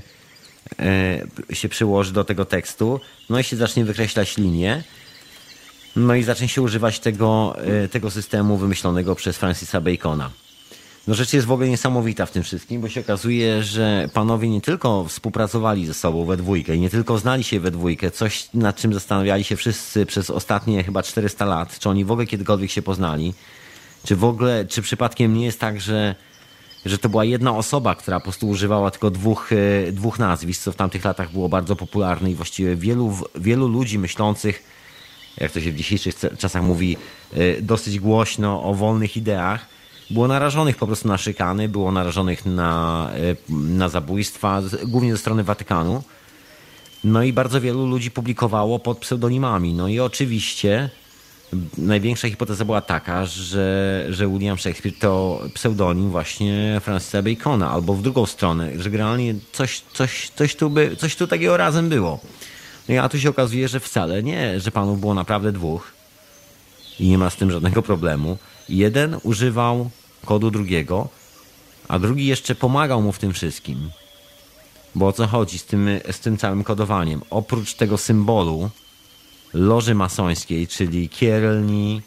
się przyłoży do tego tekstu, no i się zacznie wykreślać linię, no i zacznie się używać tego, tego systemu wymyślonego przez Francisa Bacona. No rzecz jest w ogóle niesamowita w tym wszystkim, bo się okazuje, że panowie nie tylko współpracowali ze sobą we dwójkę i nie tylko znali się we dwójkę, coś nad czym zastanawiali się wszyscy przez ostatnie chyba czterysta lat, czy oni w ogóle kiedykolwiek się poznali, czy w ogóle, czy przypadkiem nie jest tak, że że to była jedna osoba, która po prostu używała tylko dwóch, dwóch nazwisk, co w tamtych latach było bardzo popularne i właściwie wielu, wielu ludzi myślących, jak to się w dzisiejszych czasach mówi, dosyć głośno o wolnych ideach, było narażonych po prostu na szykany, było narażonych na, na zabójstwa, głównie ze strony Watykanu. No i bardzo wielu ludzi publikowało pod pseudonimami. No i oczywiście największa hipoteza była taka, że, że William Shakespeare to pseudonim właśnie Francisa Bacona, albo w drugą stronę, że generalnie coś, coś, coś, tu, by, coś tu takiego razem było. No i a tu się okazuje, że wcale nie, że panów było naprawdę dwóch i nie ma z tym żadnego problemu. Jeden używał kodu drugiego, a drugi jeszcze pomagał mu w tym wszystkim. Bo o co chodzi z tym, z tym całym kodowaniem? Oprócz tego symbolu loży masońskiej, czyli kielni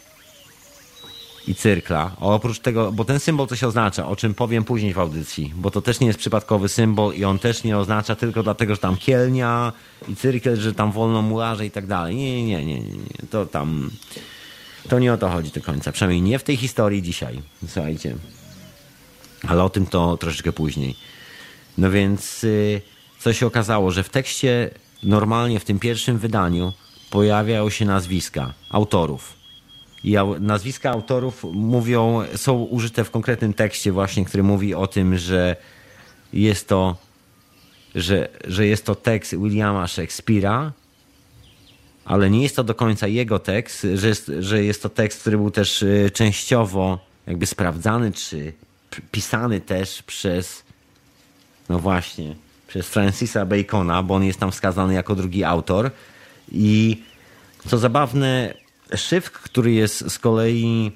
i cyrkla. A oprócz tego, bo ten symbol coś oznacza, o czym powiem później w audycji, bo to też nie jest przypadkowy symbol i on też nie oznacza tylko dlatego, że tam kielnia i cyrkel, że tam wolno mularze i tak dalej. Nie, nie, nie, nie, nie. To tam To nie o to chodzi do końca. Przynajmniej nie w tej historii dzisiaj. Słuchajcie. Ale o tym to troszeczkę później. No więc co się okazało, że w tekście normalnie w tym pierwszym wydaniu pojawiają się nazwiska autorów. I nazwiska autorów mówią, są użyte w konkretnym tekście właśnie, który mówi o tym, że jest to, że, że jest to tekst Williama Shakespeare'a, ale nie jest to do końca jego tekst, że jest, że jest to tekst, który był też częściowo jakby sprawdzany, czy pisany też przez, no właśnie, przez Francisa Bacona, bo on jest tam wskazany jako drugi autor. I co zabawne, szyfr, który jest z kolei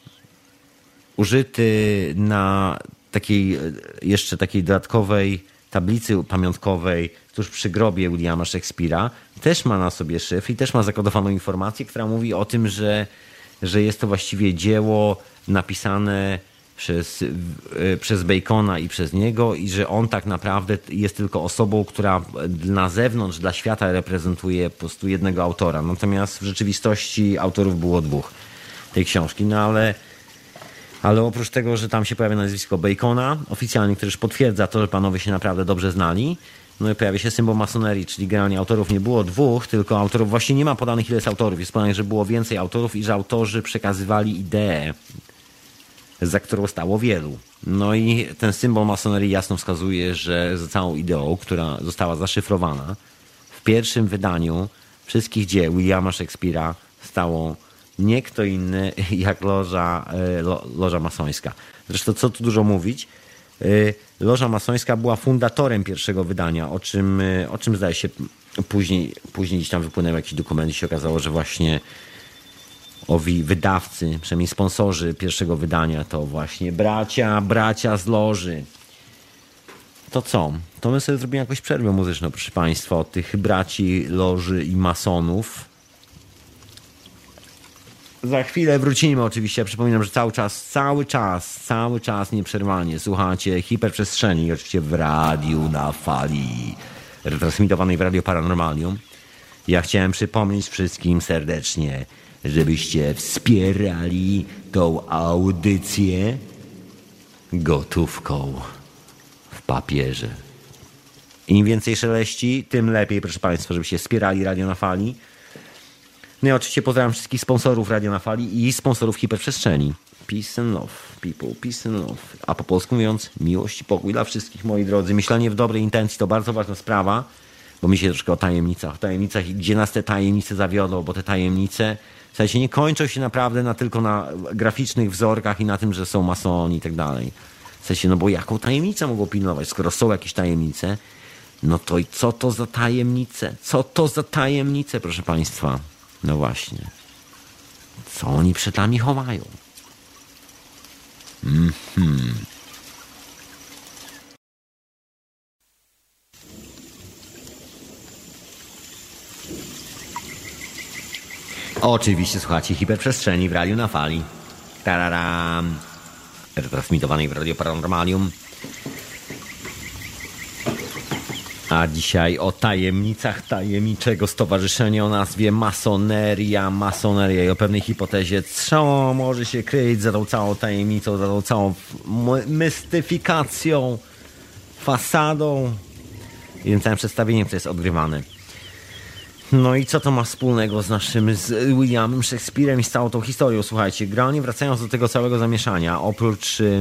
użyty na takiej jeszcze takiej dodatkowej tablicy pamiątkowej tuż przy grobie Williama Shakespeare'a, też ma na sobie szyfr i też ma zakodowaną informację, która mówi o tym, że, że jest to właściwie dzieło napisane przez, przez Bacona i przez niego i że on tak naprawdę jest tylko osobą, która na zewnątrz dla świata reprezentuje po prostu jednego autora. Natomiast w rzeczywistości autorów było dwóch tej książki. No ale, ale oprócz tego, że tam się pojawia nazwisko Bacona oficjalnie, który już potwierdza to, że panowie się naprawdę dobrze znali, no i pojawia się symbol masonerii, czyli generalnie autorów nie było dwóch, tylko autorów, właśnie nie ma podanych ile jest autorów, jest podane, że było więcej autorów i że autorzy przekazywali ideę, za którą stało wielu. No i ten symbol masonerii jasno wskazuje, że za całą ideą, która została zaszyfrowana, w pierwszym wydaniu wszystkich dzieł Williama Shakespeare'a stało nie kto inny jak loża, lo, loża masońska. Zresztą co tu dużo mówić, loża masońska była fundatorem pierwszego wydania, o czym, o czym zdaje się później, później gdzieś tam wypłynęły jakieś dokumenty i się okazało, że właśnie owi wydawcy, przynajmniej sponsorzy pierwszego wydania to właśnie bracia, bracia z loży. To co? To my sobie zrobimy jakąś przerwę muzyczną, proszę Państwa, od tych braci, loży i masonów. Za chwilę wrócimy oczywiście. Przypominam, że cały czas, cały czas, cały czas nieprzerwanie słuchacie Hiperprzestrzeni, oczywiście w radiu na fali, retransmitowanej w Radio Paranormalium. Ja chciałem przypomnieć wszystkim serdecznie, żebyście wspierali tą audycję gotówką w papierze. Im więcej szeleści, tym lepiej, proszę Państwa, żebyście wspierali Radio na Fali. No i oczywiście pozdrawiam wszystkich sponsorów Radio na Fali i sponsorów Hiperprzestrzeni. Peace and love, people, peace and love. A po polsku mówiąc, miłość i pokój dla wszystkich, moi drodzy. Myślenie w dobrej intencji to bardzo ważna sprawa, bo mi się troszkę o tajemnicach, o tajemnicach i gdzie nas te tajemnice zawiodą, bo te tajemnice, słuchajcie, nie kończą się naprawdę na, tylko na graficznych wzorkach i na tym, że są masoni i tak dalej. W sensie, no bo jaką tajemnicę mogą pilnować? Skoro są jakieś tajemnice, no to i co to za tajemnice? Co to za tajemnice, proszę Państwa? No właśnie. Co oni przed nami chowają? Mhm. Oczywiście słuchacie Hiperprzestrzeni w Radiu na Fali. Tararam. Retransmitowanej w Radio Paranormalium. A dzisiaj o tajemnicach tajemniczego stowarzyszenia o nazwie Masoneria. Masoneria i o pewnej hipotezie, co może się kryć za tą całą tajemnicą, za tą całą mystyfikacją, fasadą i tym całym przedstawieniem, które jest odgrywane. No i co to ma wspólnego z naszym, z Williamem Shakespeare'em i z całą tą historią? Słuchajcie, generalnie wracając do tego całego zamieszania, oprócz yy,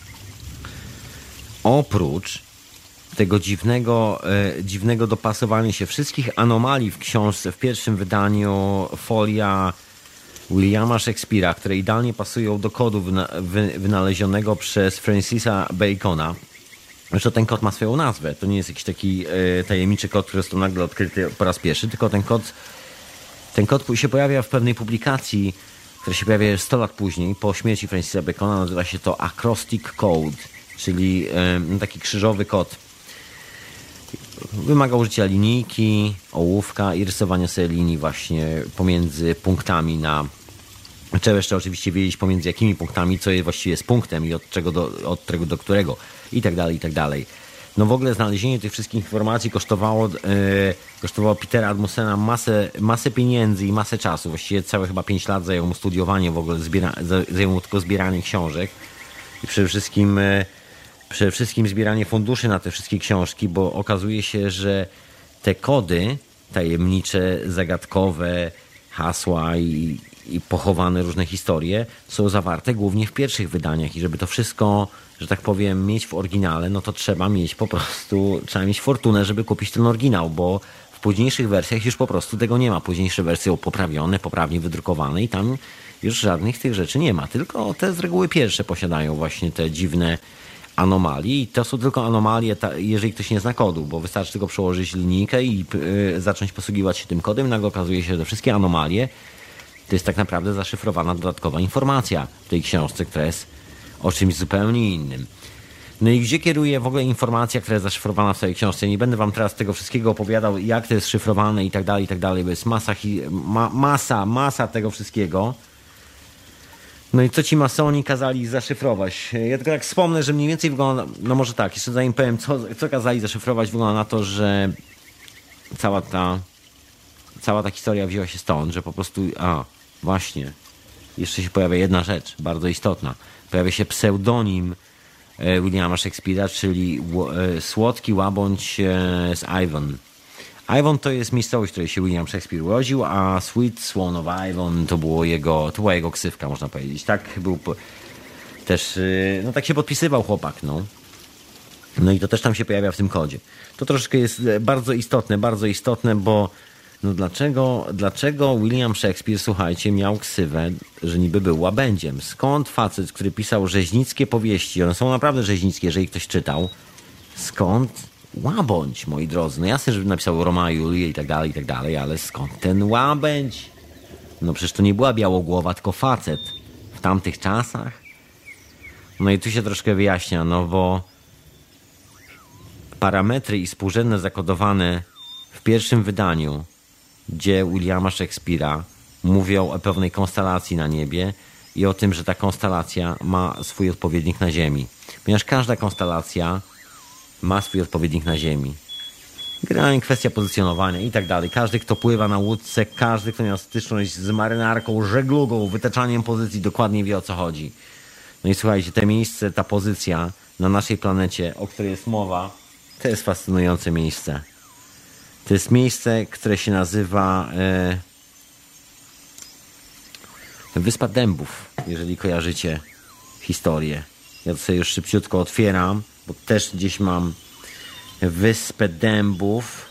oprócz tego dziwnego, yy, dziwnego dopasowania się wszystkich anomalii w książce, w pierwszym wydaniu folia Williama Shakespeare'a, które idealnie pasują do kodu wyna, wy, wynalezionego przez Francisa Bacona. Zresztą ten kod ma swoją nazwę. To nie jest jakiś taki e, tajemniczy kod, który został nagle odkryty po raz pierwszy, tylko ten kod, ten kod się pojawia w pewnej publikacji, która się pojawia sto lat później, po śmierci Francisa Bacona. Nazywa się to Acrostic Code, czyli e, taki krzyżowy kod. Wymaga użycia linijki, ołówka i rysowania sobie linii właśnie pomiędzy punktami na... Trzeba jeszcze oczywiście wiedzieć pomiędzy jakimi punktami, co jest właściwie jest punktem i od czego do, od czego do którego i tak dalej, i tak dalej. No w ogóle znalezienie tych wszystkich informacji kosztowało, e, kosztowało Petera Admusena masę, masę pieniędzy i masę czasu. Właściwie całe chyba pięć lat zajęło mu studiowanie w ogóle, zbiera, zajęło mu tylko zbieranie książek i przede wszystkim, e, przede wszystkim zbieranie funduszy na te wszystkie książki, bo okazuje się, że te kody tajemnicze, zagadkowe, hasła i, i pochowane różne historie są zawarte głównie w pierwszych wydaniach i żeby to wszystko, że tak powiem, mieć w oryginale, no to trzeba mieć po prostu, trzeba mieć fortunę, żeby kupić ten oryginał, bo w późniejszych wersjach już po prostu tego nie ma. Późniejsze wersje są poprawione, poprawnie wydrukowane i tam już żadnych tych rzeczy nie ma. Tylko te z reguły pierwsze posiadają właśnie te dziwne anomalii i to są tylko anomalie, jeżeli ktoś nie zna kodu, bo wystarczy tylko przełożyć linijkę i yy, zacząć posługiwać się tym kodem i nagle okazuje się, że wszystkie anomalie to jest tak naprawdę zaszyfrowana dodatkowa informacja w tej książce, która jest o czymś zupełnie innym. No i gdzie kieruje w ogóle informacja, która jest zaszyfrowana w tej książce? Nie będę wam teraz tego wszystkiego opowiadał, jak to jest szyfrowane i tak dalej, i tak dalej, bo jest masa, ma, masa, masa tego wszystkiego. No i co ci masoni kazali zaszyfrować? Ja tylko tak wspomnę, że mniej więcej wygląda, no może tak, jeszcze zanim powiem, co, co kazali zaszyfrować, wygląda na to, że cała ta, cała ta historia wzięła się stąd, że po prostu, a, właśnie, jeszcze się pojawia jedna rzecz, bardzo istotna. Pojawia się pseudonim Williama Shakespeare'a, czyli Słodki Łabędź z Avon. Avon to jest miejscowość, w której się William Shakespeare urodził, a Sweet Swan of Avon to, było jego, to była jego ksywka, można powiedzieć. Tak był też, no tak się podpisywał chłopak, no. No i to też tam się pojawia w tym kodzie. To troszeczkę jest bardzo istotne, bardzo istotne, bo no dlaczego, dlaczego William Shakespeare, słuchajcie, miał ksywę, że niby był łabędziem? Skąd facet, który pisał rzeźnickie powieści, one są naprawdę rzeźnickie, jeżeli ktoś czytał, skąd łabędź, moi drodzy? No jasne, żeby napisał Romea i Julię i tak dalej, i tak dalej, ale skąd ten łabędź? No przecież to nie była białogłowa, tylko facet w tamtych czasach. No i tu się troszkę wyjaśnia, no bo parametry i współrzędne zakodowane w pierwszym wydaniu dzieł Williama Shakespeare'a mówią o pewnej konstelacji na niebie i o tym, że ta konstelacja ma swój odpowiednik na Ziemi. Ponieważ każda konstelacja ma swój odpowiednik na Ziemi. Generalnie kwestia pozycjonowania i tak dalej. Każdy, kto pływa na łódce, każdy, kto miał styczność z marynarką, żeglugą, wytaczaniem pozycji, dokładnie wie, o co chodzi. No i słuchajcie, te miejsce, ta pozycja na naszej planecie, o której jest mowa, to jest fascynujące miejsce. To jest miejsce, które się nazywa e, Wyspa Dębów, jeżeli kojarzycie historię. Ja to sobie już szybciutko otwieram, bo też gdzieś mam Wyspę Dębów.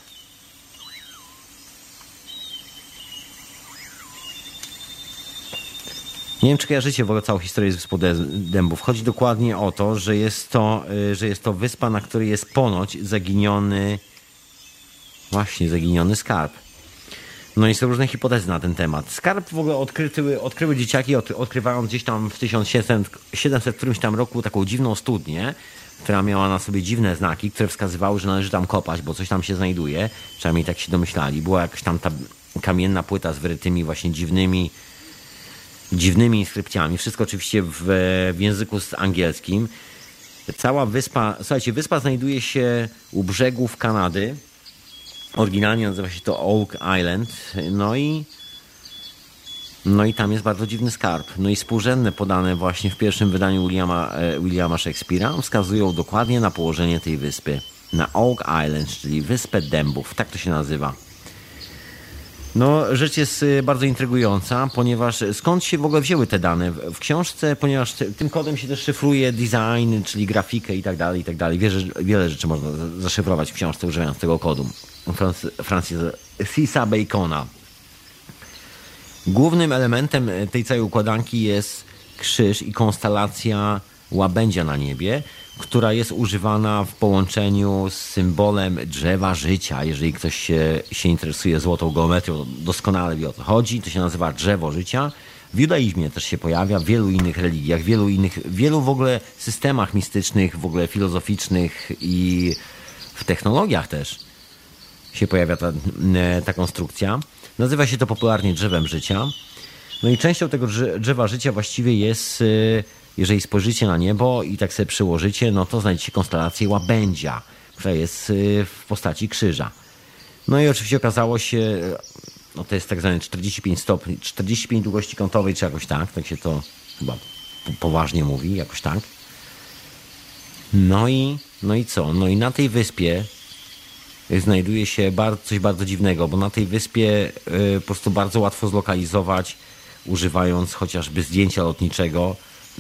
Nie wiem, czy kojarzycie w ogóle całą historię z Wyspą Dębów. Chodzi dokładnie o to, że jest to, że jest to wyspa, na której jest ponoć zaginiony, właśnie zaginiony skarb. No i są różne hipotezy na ten temat. Skarb w ogóle odkryły, odkryły dzieciaki, od, odkrywając gdzieś tam w tysiąc siedemset którymś tam roku taką dziwną studnię, która miała na sobie dziwne znaki, które wskazywały, że należy tam kopać, bo coś tam się znajduje. Przynajmniej tak się domyślali. Była jakaś tam ta kamienna płyta z wyrytymi właśnie dziwnymi dziwnymi inskrypcjami. Wszystko oczywiście w, w języku angielskim. Cała wyspa, słuchajcie, wyspa znajduje się u brzegów Kanady. Oryginalnie nazywa się to Oak Island. No i no i tam jest bardzo dziwny skarb. No i współrzędne podane właśnie w pierwszym wydaniu Williama, Williama Shakespeare'a wskazują dokładnie na położenie tej wyspy. Na Oak Island, czyli Wyspę Dębów. Tak to się nazywa. No, rzecz jest bardzo intrygująca, ponieważ skąd się w ogóle wzięły te dane? W książce, ponieważ tym kodem się też szyfruje design, czyli grafikę i tak dalej, i tak dalej. Wiele, wiele rzeczy można zaszyfrować w książce używając tego kodu. Francisa Bacona. Głównym elementem tej całej układanki jest krzyż i konstelacja łabędzia na niebie, która jest używana w połączeniu z symbolem drzewa życia. Jeżeli ktoś się, się interesuje złotą geometrią, to doskonale wie, o co chodzi. To się nazywa drzewo życia. W judaizmie też się pojawia, w wielu innych religiach, wielu innych, wielu w ogóle systemach mistycznych, w ogóle filozoficznych i w technologiach też się pojawia ta, ta konstrukcja. Nazywa się to popularnie drzewem życia. No i częścią tego drzewa życia właściwie jest, jeżeli spojrzycie na niebo i tak sobie przyłożycie, no to znajdziecie konstelację łabędzia, która jest w postaci krzyża. No i oczywiście okazało się, no to jest tak zwane czterdzieści pięć stopni, czterdzieści pięć długości kątowej, czy jakoś tak, tak się to chyba poważnie mówi, jakoś tak. No i, no i co? No i na tej wyspie znajduje się bardzo, coś bardzo dziwnego, bo na tej wyspie y, po prostu bardzo łatwo zlokalizować, używając chociażby zdjęcia lotniczego,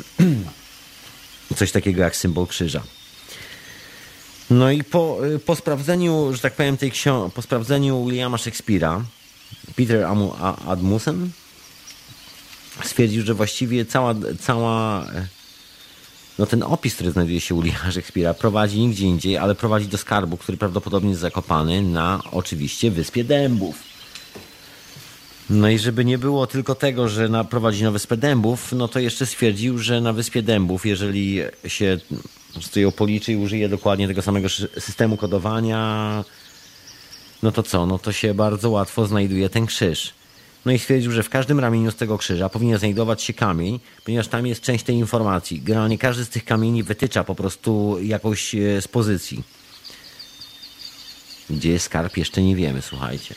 coś takiego jak symbol krzyża. No i po, po sprawdzeniu, że tak powiem, tej książki, po sprawdzeniu Williama Shakespeare'a, Peter Adamson stwierdził, że właściwie cała, cała no ten opis, który znajduje się u Williama Shakespeare'a, prowadzi nigdzie indziej, ale prowadzi do skarbu, który prawdopodobnie jest zakopany na oczywiście Wyspie Dębów. No i żeby nie było tylko tego, że na, prowadzi na Wyspę Dębów, no to jeszcze stwierdził, że na Wyspie Dębów, jeżeli się po prostu ją policzy i użyje dokładnie tego samego systemu kodowania, no to co? No to się bardzo łatwo znajduje ten krzyż. No i stwierdził, że w każdym ramieniu z tego krzyża powinien znajdować się kamień, ponieważ tam jest część tej informacji. Generalnie każdy z tych kamieni wytycza po prostu jakąś z pozycji. Gdzie jest skarb, jeszcze nie wiemy, słuchajcie.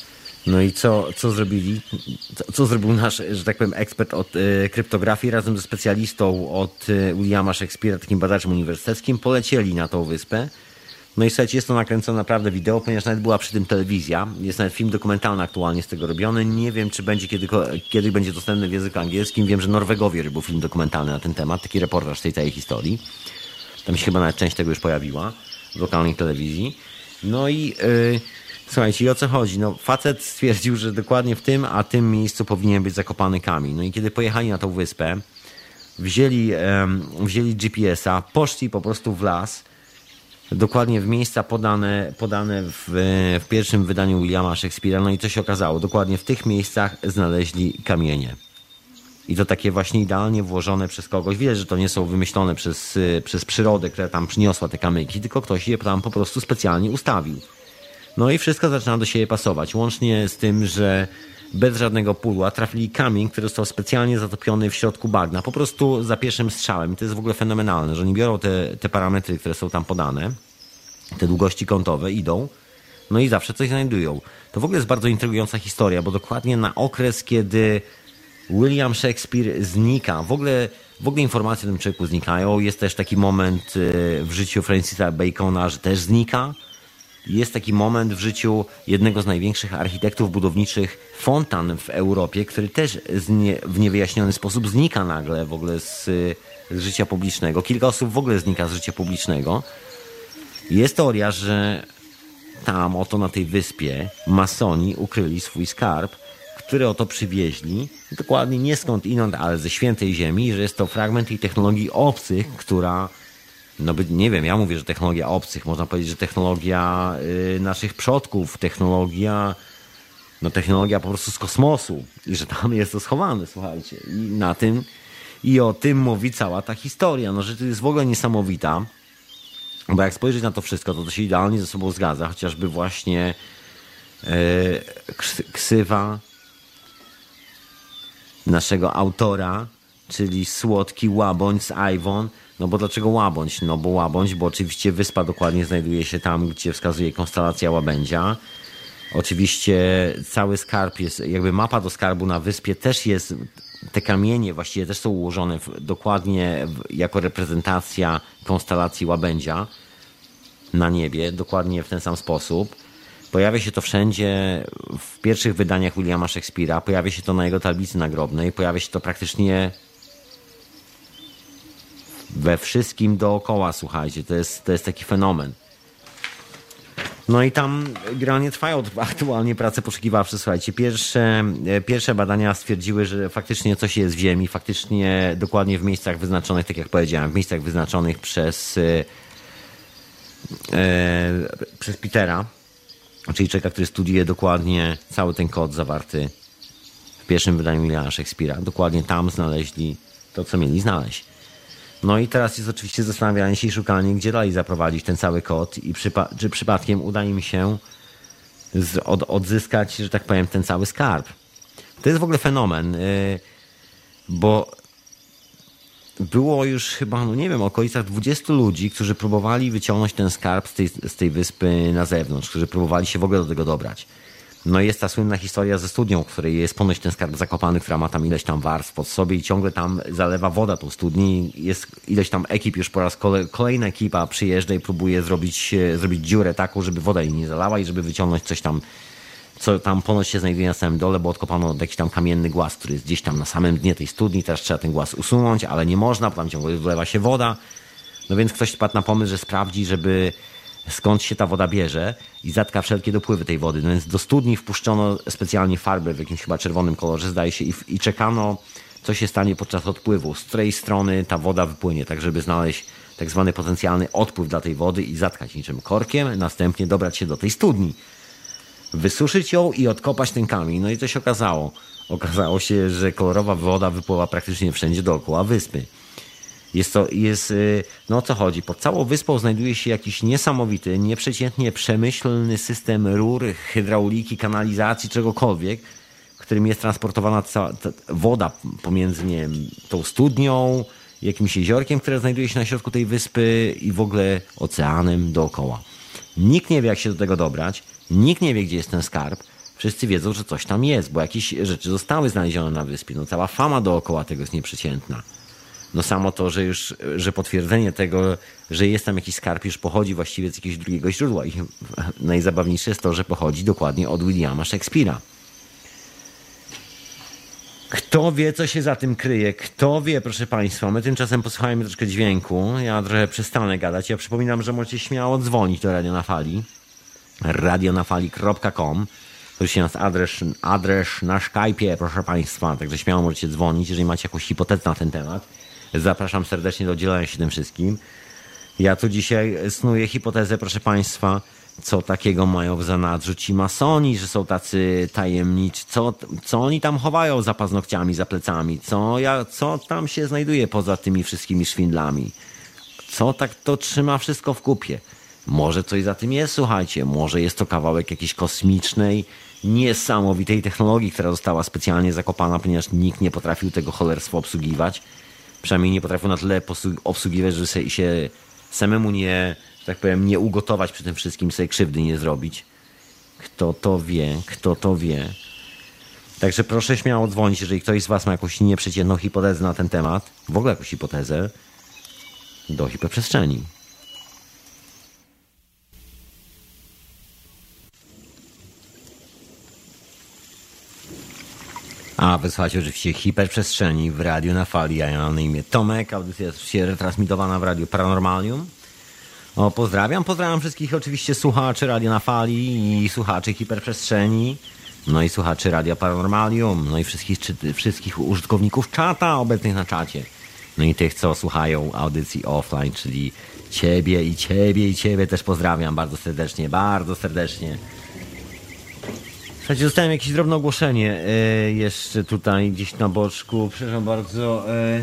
No i co, co zrobili? Co, co zrobił nasz, że tak powiem, ekspert od e, kryptografii razem ze specjalistą od e, Williama Shakespeare'a, takim badaczem uniwersyteckim, polecieli na tą wyspę. No i słuchajcie, jest to nakręcone naprawdę wideo, ponieważ nawet była przy tym telewizja. Jest nawet film dokumentalny aktualnie z tego robiony. Nie wiem, czy będzie kiedy, kiedy będzie dostępny w języku angielskim. Wiem, że Norwegowie robił film dokumentalny na ten temat, taki reportaż tej całej historii. Tam się chyba nawet część tego już pojawiła w lokalnej telewizji. No i yy, słuchajcie, i o co chodzi? No, facet stwierdził, że dokładnie w tym, a tym miejscu powinien być zakopany kamień. No i kiedy pojechali na tą wyspę, wzięli, yy, wzięli G P S a, poszli po prostu w las, dokładnie w miejsca podane, podane w, w pierwszym wydaniu Williama Shakespeare'a. No i co się okazało? Dokładnie w tych miejscach znaleźli kamienie. I to takie właśnie idealnie włożone przez kogoś. Widać, że to nie są wymyślone przez, przez przyrodę, która tam przyniosła te kamyki, tylko ktoś je tam po prostu specjalnie ustawił. No i wszystko zaczyna do siebie pasować. Łącznie z tym, że bez żadnego pudła trafili kamień, który został specjalnie zatopiony w środku bagna. Po prostu za pierwszym strzałem. I to jest w ogóle fenomenalne, że oni biorą te, te parametry, które są tam podane, te długości kątowe, idą, no i zawsze coś znajdują. To w ogóle jest bardzo intrygująca historia, bo dokładnie na okres, kiedy William Shakespeare znika, w ogóle, w ogóle informacje o tym człowieku znikają. Jest też taki moment w życiu Francisa Bacona, że też znika. Jest taki moment w życiu jednego z największych architektów budowniczych fontan w Europie, który też w niewyjaśniony sposób znika nagle w ogóle z, z życia publicznego. Kilka osób w ogóle znika z życia publicznego. Jest teoria, że tam oto na tej wyspie masoni ukryli swój skarb, który oto przywieźli, dokładnie nie skąd inąd, ale ze świętej ziemi, że jest to fragment tej technologii obcych, która, no nie wiem, ja mówię, że technologia obcych, można powiedzieć, że technologia y, naszych przodków, technologia, no technologia po prostu z kosmosu i że tam jest to schowane, słuchajcie. I na tym, i o tym mówi cała ta historia. No, że to jest w ogóle niesamowita, bo jak spojrzeć na to wszystko, to to się idealnie ze sobą zgadza, chociażby właśnie y, ksywa naszego autora, czyli Słodki Łabądź z Avon. No bo dlaczego Łabądź? No bo Łabądź, bo oczywiście wyspa dokładnie znajduje się tam, gdzie wskazuje konstelacja Łabędzia. Oczywiście cały skarb jest, jakby mapa do skarbu na wyspie też jest, te kamienie właściwie też są ułożone w, dokładnie w, jako reprezentacja konstelacji Łabędzia na niebie, dokładnie w ten sam sposób. Pojawia się to wszędzie w pierwszych wydaniach Williama Shakespeare'a, pojawia się to na jego tablicy nagrobnej, pojawia się to praktycznie we wszystkim dookoła, słuchajcie, to jest, to jest taki fenomen. No i tam generalnie trwają aktualnie prace poszukiwawcze, słuchajcie. Pierwsze, pierwsze badania stwierdziły, że faktycznie coś jest w ziemi, faktycznie dokładnie w miejscach wyznaczonych, tak jak powiedziałem, w miejscach wyznaczonych przez, e, przez Petera, czyli człowieka, który studiuje dokładnie cały ten kod zawarty w pierwszym wydaniu Williama Shakespeare'a. Dokładnie tam znaleźli to, co mieli znaleźć. No i teraz jest oczywiście zastanawianie się i szukanie, gdzie dalej zaprowadzić ten cały kod i przypa- czy przypadkiem uda im się z- od- odzyskać, że tak powiem, ten cały skarb. To jest w ogóle fenomen, yy, bo było już chyba, no nie wiem, w okolicach dwudziestu ludzi, którzy próbowali wyciągnąć ten skarb z tej, z tej wyspy na zewnątrz, którzy próbowali się w ogóle do tego dobrać. No i jest ta słynna historia ze studnią, w której jest ponoć ten skarb zakopany, która ma tam ileś tam warstw pod sobie i ciągle tam zalewa woda tą studnię. Jest ileś tam ekip, już po raz kolej, kolejna ekipa przyjeżdża i próbuje zrobić, zrobić dziurę taką, żeby woda jej nie zalała i żeby wyciągnąć coś tam, co tam ponoć się znajduje na samym dole, bo odkopano jakiś tam kamienny głaz, który jest gdzieś tam na samym dnie tej studni. Teraz trzeba ten głaz usunąć, ale nie można, bo tam ciągle wylewa się woda. No więc ktoś wpadł na pomysł, że sprawdzi, żeby skąd się ta woda bierze i zatka wszelkie dopływy tej wody. No więc do studni wpuszczono specjalnie farbę w jakimś chyba czerwonym kolorze, zdaje się, i, i czekano, co się stanie podczas odpływu, z której strony ta woda wypłynie, tak żeby znaleźć tak zwany potencjalny odpływ dla tej wody i zatkać niczym korkiem, następnie dobrać się do tej studni, wysuszyć ją i odkopać ten kamień. No i to się okazało. Okazało się, że kolorowa woda wypływa praktycznie wszędzie dookoła wyspy. Jest to, jest, no o co chodzi? Pod całą wyspą znajduje się jakiś niesamowity, nieprzeciętnie przemyślny system rur, hydrauliki, kanalizacji, czegokolwiek, którym jest transportowana cała ta woda pomiędzy, nie wiem, tą studnią, jakimś jeziorkiem, które znajduje się na środku tej wyspy i w ogóle oceanem dookoła. Nikt nie wie, jak się do tego dobrać, nikt nie wie, gdzie jest ten skarb. Wszyscy wiedzą, że coś tam jest, bo jakieś rzeczy zostały znalezione na wyspie. No cała fama dookoła tego jest nieprzeciętna. No samo to, że już, że potwierdzenie tego, że jest tam jakiś skarb, już pochodzi właściwie z jakiegoś drugiego źródła. I najzabawniejsze jest to, że pochodzi dokładnie od Williama Shakespeare'a. Kto wie, co się za tym kryje? Kto wie, proszę Państwa? My tymczasem posłuchajmy troszkę dźwięku. Ja trochę przestanę gadać. Ja przypominam, że możecie śmiało dzwonić do Radio na Fali. radionafali kropka com. To już jest adres, adres na Skype'ie, proszę Państwa. Także śmiało możecie dzwonić, jeżeli macie jakąś hipotezę na ten temat. Zapraszam serdecznie do dzielenia się tym wszystkim. Ja tu dzisiaj snuję hipotezę, proszę Państwa, co takiego mają w zanadrzu ci masoni, że są tacy tajemniczy, co, co oni tam chowają za paznokciami, za plecami, co, ja, co tam się znajduje poza tymi wszystkimi szwindlami, co tak to trzyma wszystko w kupie. Może coś za tym jest, słuchajcie, może jest to kawałek jakiejś kosmicznej, niesamowitej technologii, która została specjalnie zakopana, ponieważ nikt nie potrafił tego cholerstwa obsługiwać. Przynajmniej nie potrafił na tyle obsługiwać, żeby się samemu nie, że tak powiem, nie ugotować przy tym wszystkim, sobie krzywdy nie zrobić. Kto to wie, kto to wie. Także proszę śmiało dzwonić, jeżeli ktoś z Was ma jakąś nieprzeciętną hipotezę na ten temat, w ogóle jakąś hipotezę, do hiperprzestrzeni. A wysłuchajcie oczywiście hiperprzestrzeni w Radiu na Fali. Ja mam na imię Tomek. Audycja jest się retransmitowana w Radiu Paranormalium. O, pozdrawiam, pozdrawiam wszystkich oczywiście słuchaczy Radia na Fali i słuchaczy hiperprzestrzeni. No i słuchaczy Radia Paranormalium. No i wszystkich, czy, wszystkich użytkowników czata obecnych na czacie. No i tych, co słuchają audycji offline, czyli ciebie i ciebie i ciebie też pozdrawiam bardzo serdecznie, bardzo serdecznie. Słuchajcie, dostałem jakieś drobne ogłoszenie e, jeszcze tutaj gdzieś na boczku. Przepraszam bardzo. E,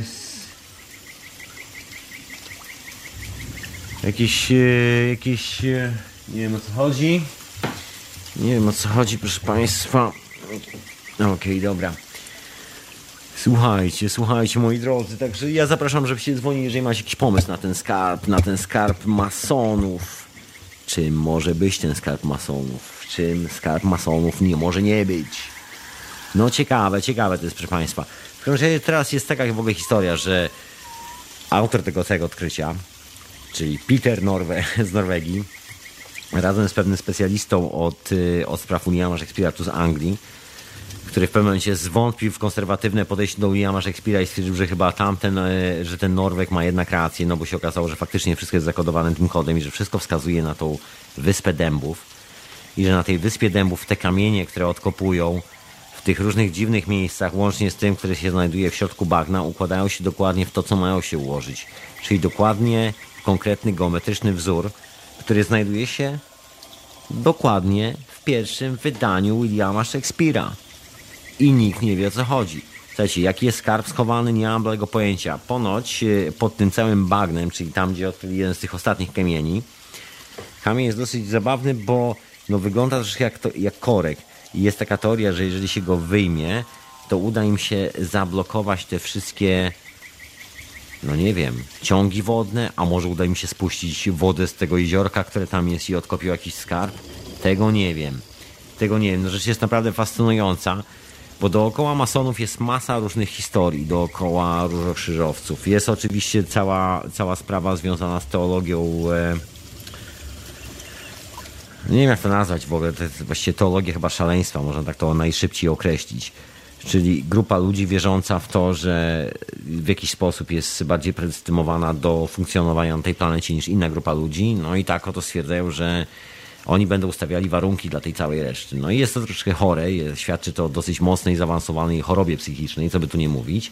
jakieś, e, jakieś, e, nie wiem o co chodzi. Nie wiem o co chodzi, proszę Państwa. Okej, okay, dobra. Słuchajcie, słuchajcie moi drodzy. Także ja zapraszam, żebyście dzwonili, jeżeli macie jakiś pomysł na ten skarb, na ten skarb masonów. Czym może być ten skarb masonów? Czym skarb masonów nie może nie być? No ciekawe, ciekawe to jest, proszę Państwa. W każdym razie teraz jest taka w ogóle historia, że autor tego całego odkrycia, czyli Peter Norwe z Norwegii, razem z pewnym specjalistą od, od spraw Williama Shakespeare'a tu z Anglii, który w pewnym momencie zwątpił w konserwatywne podejście do Williama Shakespeare'a i stwierdził, że chyba tamten, że ten Norweg ma jednak rację, no bo się okazało, że faktycznie wszystko jest zakodowane tym kodem i że wszystko wskazuje na tą wyspę dębów i że na tej wyspie dębów te kamienie, które odkopują w tych różnych dziwnych miejscach, łącznie z tym, które się znajduje w środku bagna, układają się dokładnie w to, co mają się ułożyć. Czyli dokładnie konkretny geometryczny wzór, który znajduje się dokładnie w pierwszym wydaniu Williama Shakespeare'a. I nikt nie wie, o co chodzi. Słuchajcie, jaki jest skarb schowany, nie mam bladego pojęcia. Ponoć pod tym całym bagnem, czyli tam, gdzie odkryli jeden z tych ostatnich kamieni, kamień jest dosyć zabawny, bo no, wygląda troszkę jak, to, jak korek. I jest taka teoria, że jeżeli się go wyjmie, to uda im się zablokować te wszystkie no nie wiem, ciągi wodne, a może uda mi się spuścić wodę z tego jeziorka, które tam jest i odkopił jakiś skarb? Tego nie wiem. Tego nie wiem. No, rzecz jest naprawdę fascynująca, bo dookoła masonów jest masa różnych historii, dookoła różokrzyżowców. Jest oczywiście cała, cała sprawa związana z teologią, e... nie wiem jak to nazwać w ogóle, to jest właściwie teologia chyba szaleństwa, można tak to najszybciej określić. Czyli grupa ludzi wierząca w to, że w jakiś sposób jest bardziej predestynowana do funkcjonowania na tej planecie niż inna grupa ludzi. No i tak oto stwierdzają, że oni będą ustawiali warunki dla tej całej reszty. No i jest to troszkę chore, świadczy to o dosyć mocnej, zaawansowanej chorobie psychicznej, co by tu nie mówić.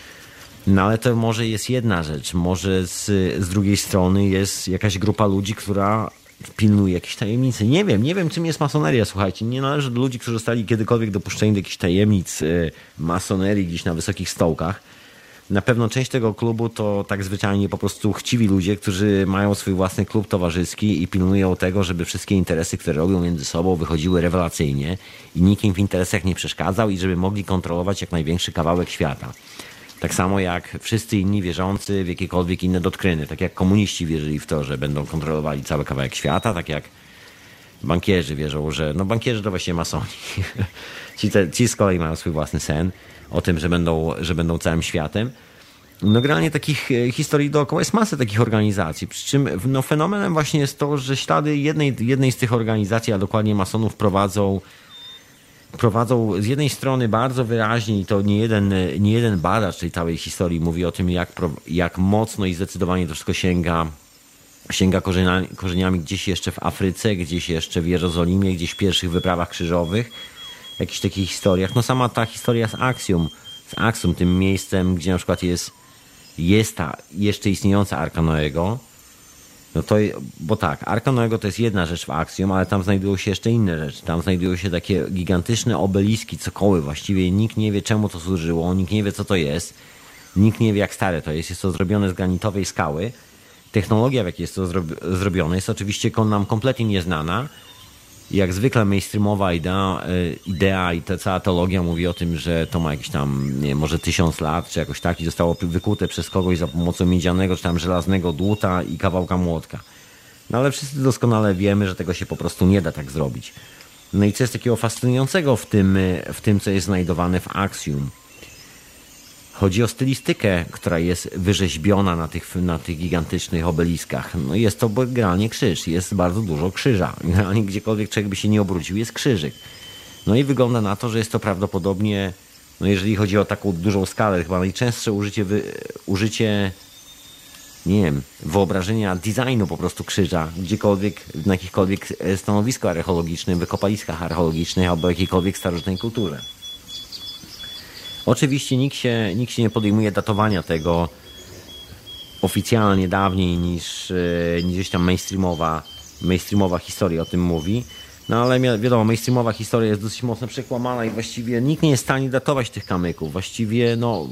No ale to może jest jedna rzecz. Może z, z drugiej strony jest jakaś grupa ludzi, która pilnuje jakiejś tajemnicy. Nie wiem, nie wiem czym jest masoneria, słuchajcie. Nie należy do ludzi, którzy zostali kiedykolwiek dopuszczeni do jakichś tajemnic masonerii gdzieś na wysokich stołkach. Na pewno część tego klubu to tak zwyczajnie po prostu chciwi ludzie, którzy mają swój własny klub towarzyski i pilnują tego, żeby wszystkie interesy, które robią między sobą, wychodziły rewelacyjnie i nikt im w interesach nie przeszkadzał i żeby mogli kontrolować jak największy kawałek świata. Tak samo jak wszyscy inni wierzący w jakiekolwiek inne doktryny. Tak jak komuniści wierzyli w to, że będą kontrolowali cały kawałek świata, tak jak bankierzy wierzą, że... No bankierzy to właśnie masoni. Ci, te, ci z kolei mają swój własny sen o tym, że będą, że będą całym światem. No generalnie takich historii dookoła jest masę takich organizacji. Przy czym no, fenomenem właśnie jest to, że ślady jednej, jednej z tych organizacji, a dokładnie masonów prowadzą prowadzą z jednej strony bardzo wyraźnie i to nie jeden, nie jeden badacz tej całej historii mówi o tym, jak, jak mocno i zdecydowanie to wszystko sięga, sięga korzeniami, korzeniami gdzieś jeszcze w Afryce, gdzieś jeszcze w Jerozolimie, gdzieś w pierwszych wyprawach krzyżowych, jakichś takich historiach. No sama ta historia z Axiom, z Axiom, tym miejscem, gdzie na przykład jest, jest ta jeszcze istniejąca Arka Noego. No to, bo tak, Arka Noego to jest jedna rzecz w Axiom, ale tam znajdują się jeszcze inne rzeczy. Tam znajdują się takie gigantyczne obeliski, cokoły. Właściwie nikt nie wie, czemu to służyło, nikt nie wie, co to jest. Nikt nie wie, jak stare to jest. Jest to zrobione z granitowej skały. Technologia, w jakiej jest to zrobione, jest oczywiście nam kompletnie nieznana. Jak zwykle mainstreamowa idea, idea i ta cała teologia mówi o tym, że to ma jakieś tam, nie wiem, może tysiąc lat, czy jakoś tak i zostało wykute przez kogoś za pomocą miedzianego, czy tam żelaznego dłuta i kawałka młotka. No ale wszyscy doskonale wiemy, że tego się po prostu nie da tak zrobić. No i co jest takiego fascynującego w tym, w tym co jest znajdowane w Axiom? Chodzi o stylistykę, która jest wyrzeźbiona na tych, na tych gigantycznych obeliskach. No jest to generalnie krzyż. Jest bardzo dużo krzyża. Generalnie gdziekolwiek człowiek by się nie obrócił, jest krzyżyk. No i wygląda na to, że jest to prawdopodobnie, no jeżeli chodzi o taką dużą skalę, chyba najczęstsze użycie, wy, użycie nie wiem, wyobrażenia designu po prostu krzyża, gdziekolwiek, na jakichkolwiek stanowisku archeologicznym, wykopaliskach archeologicznych albo jakiejkolwiek starożytnej kulturze. Oczywiście nikt się, nikt się nie podejmuje datowania tego oficjalnie dawniej niż, niż gdzieś tam mainstreamowa, mainstreamowa historia o tym mówi. No ale wiadomo, mainstreamowa historia jest dosyć mocno przekłamana i właściwie nikt nie jest w stanie datować tych kamyków. Właściwie no,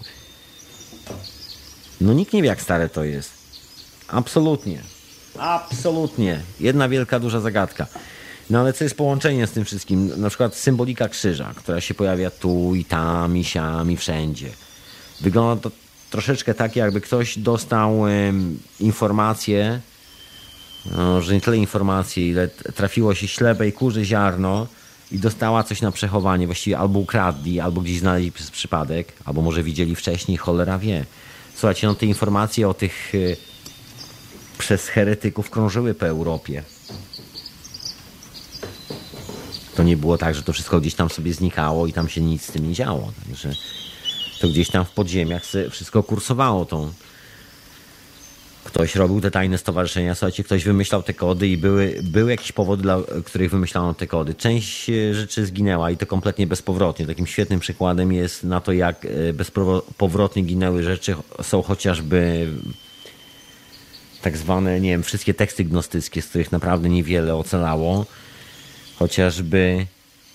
no nikt nie wie jak stare to jest. Absolutnie. Absolutnie. Jedna wielka, duża zagadka. No ale co jest połączenie z tym wszystkim? Na przykład symbolika krzyża, która się pojawia tu i tam i siam i wszędzie. Wygląda to troszeczkę tak, jakby ktoś dostał um, informację, no, że nie tyle informacji, ile trafiło się ślepej kurzy ziarno i dostała coś na przechowanie. Właściwie albo ukradli, albo gdzieś znaleźli przez przypadek, albo może widzieli wcześniej, cholera wie. Słuchajcie, no te informacje o tych y, przez heretyków krążyły po Europie. To nie było tak, że to wszystko gdzieś tam sobie znikało i tam się nic z tym nie działo. Także to gdzieś tam w podziemiach wszystko kursowało. Tą. Ktoś robił te tajne stowarzyszenia, słuchajcie, ktoś wymyślał te kody i były, były jakieś powody, dla których wymyślano te kody. Część rzeczy zginęła i to kompletnie bezpowrotnie. Takim świetnym przykładem jest na to, jak bezpowrotnie ginęły rzeczy, są chociażby tak zwane, nie wiem, wszystkie teksty gnostyckie, z których naprawdę niewiele ocalało. Chociażby,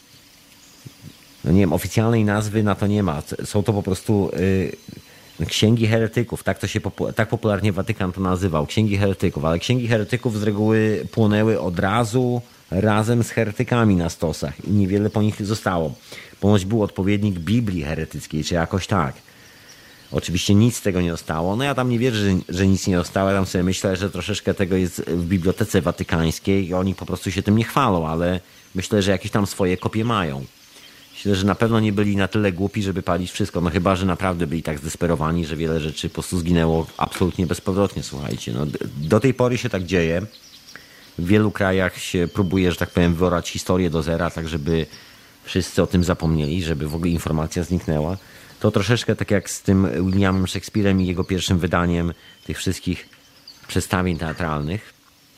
no nie wiem, oficjalnej nazwy na to nie ma. Są to po prostu y, księgi heretyków. Tak to się tak popularnie Watykan to nazywał. Księgi heretyków. Ale księgi heretyków z reguły płonęły od razu razem z heretykami na stosach. I niewiele po nich zostało. Ponoć był odpowiednik Biblii heretyckiej, czy jakoś tak. Oczywiście nic z tego nie zostało. No ja tam nie wierzę, że, że nic nie zostało. Ja tam sobie myślę, że troszeczkę tego jest w Bibliotece Watykańskiej i oni po prostu się tym nie chwalą, ale myślę, że jakieś tam swoje kopie mają. Myślę, że na pewno nie byli na tyle głupi, żeby palić wszystko. No chyba, że naprawdę byli tak zdesperowani, że wiele rzeczy po prostu zginęło absolutnie bezpowrotnie, słuchajcie. No, do tej pory się tak dzieje. W wielu krajach się próbuje, że tak powiem, wyorać historię do zera, tak żeby wszyscy o tym zapomnieli, żeby w ogóle informacja zniknęła. To troszeczkę tak jak z tym Williamem Shakespeare'em i jego pierwszym wydaniem tych wszystkich przedstawień teatralnych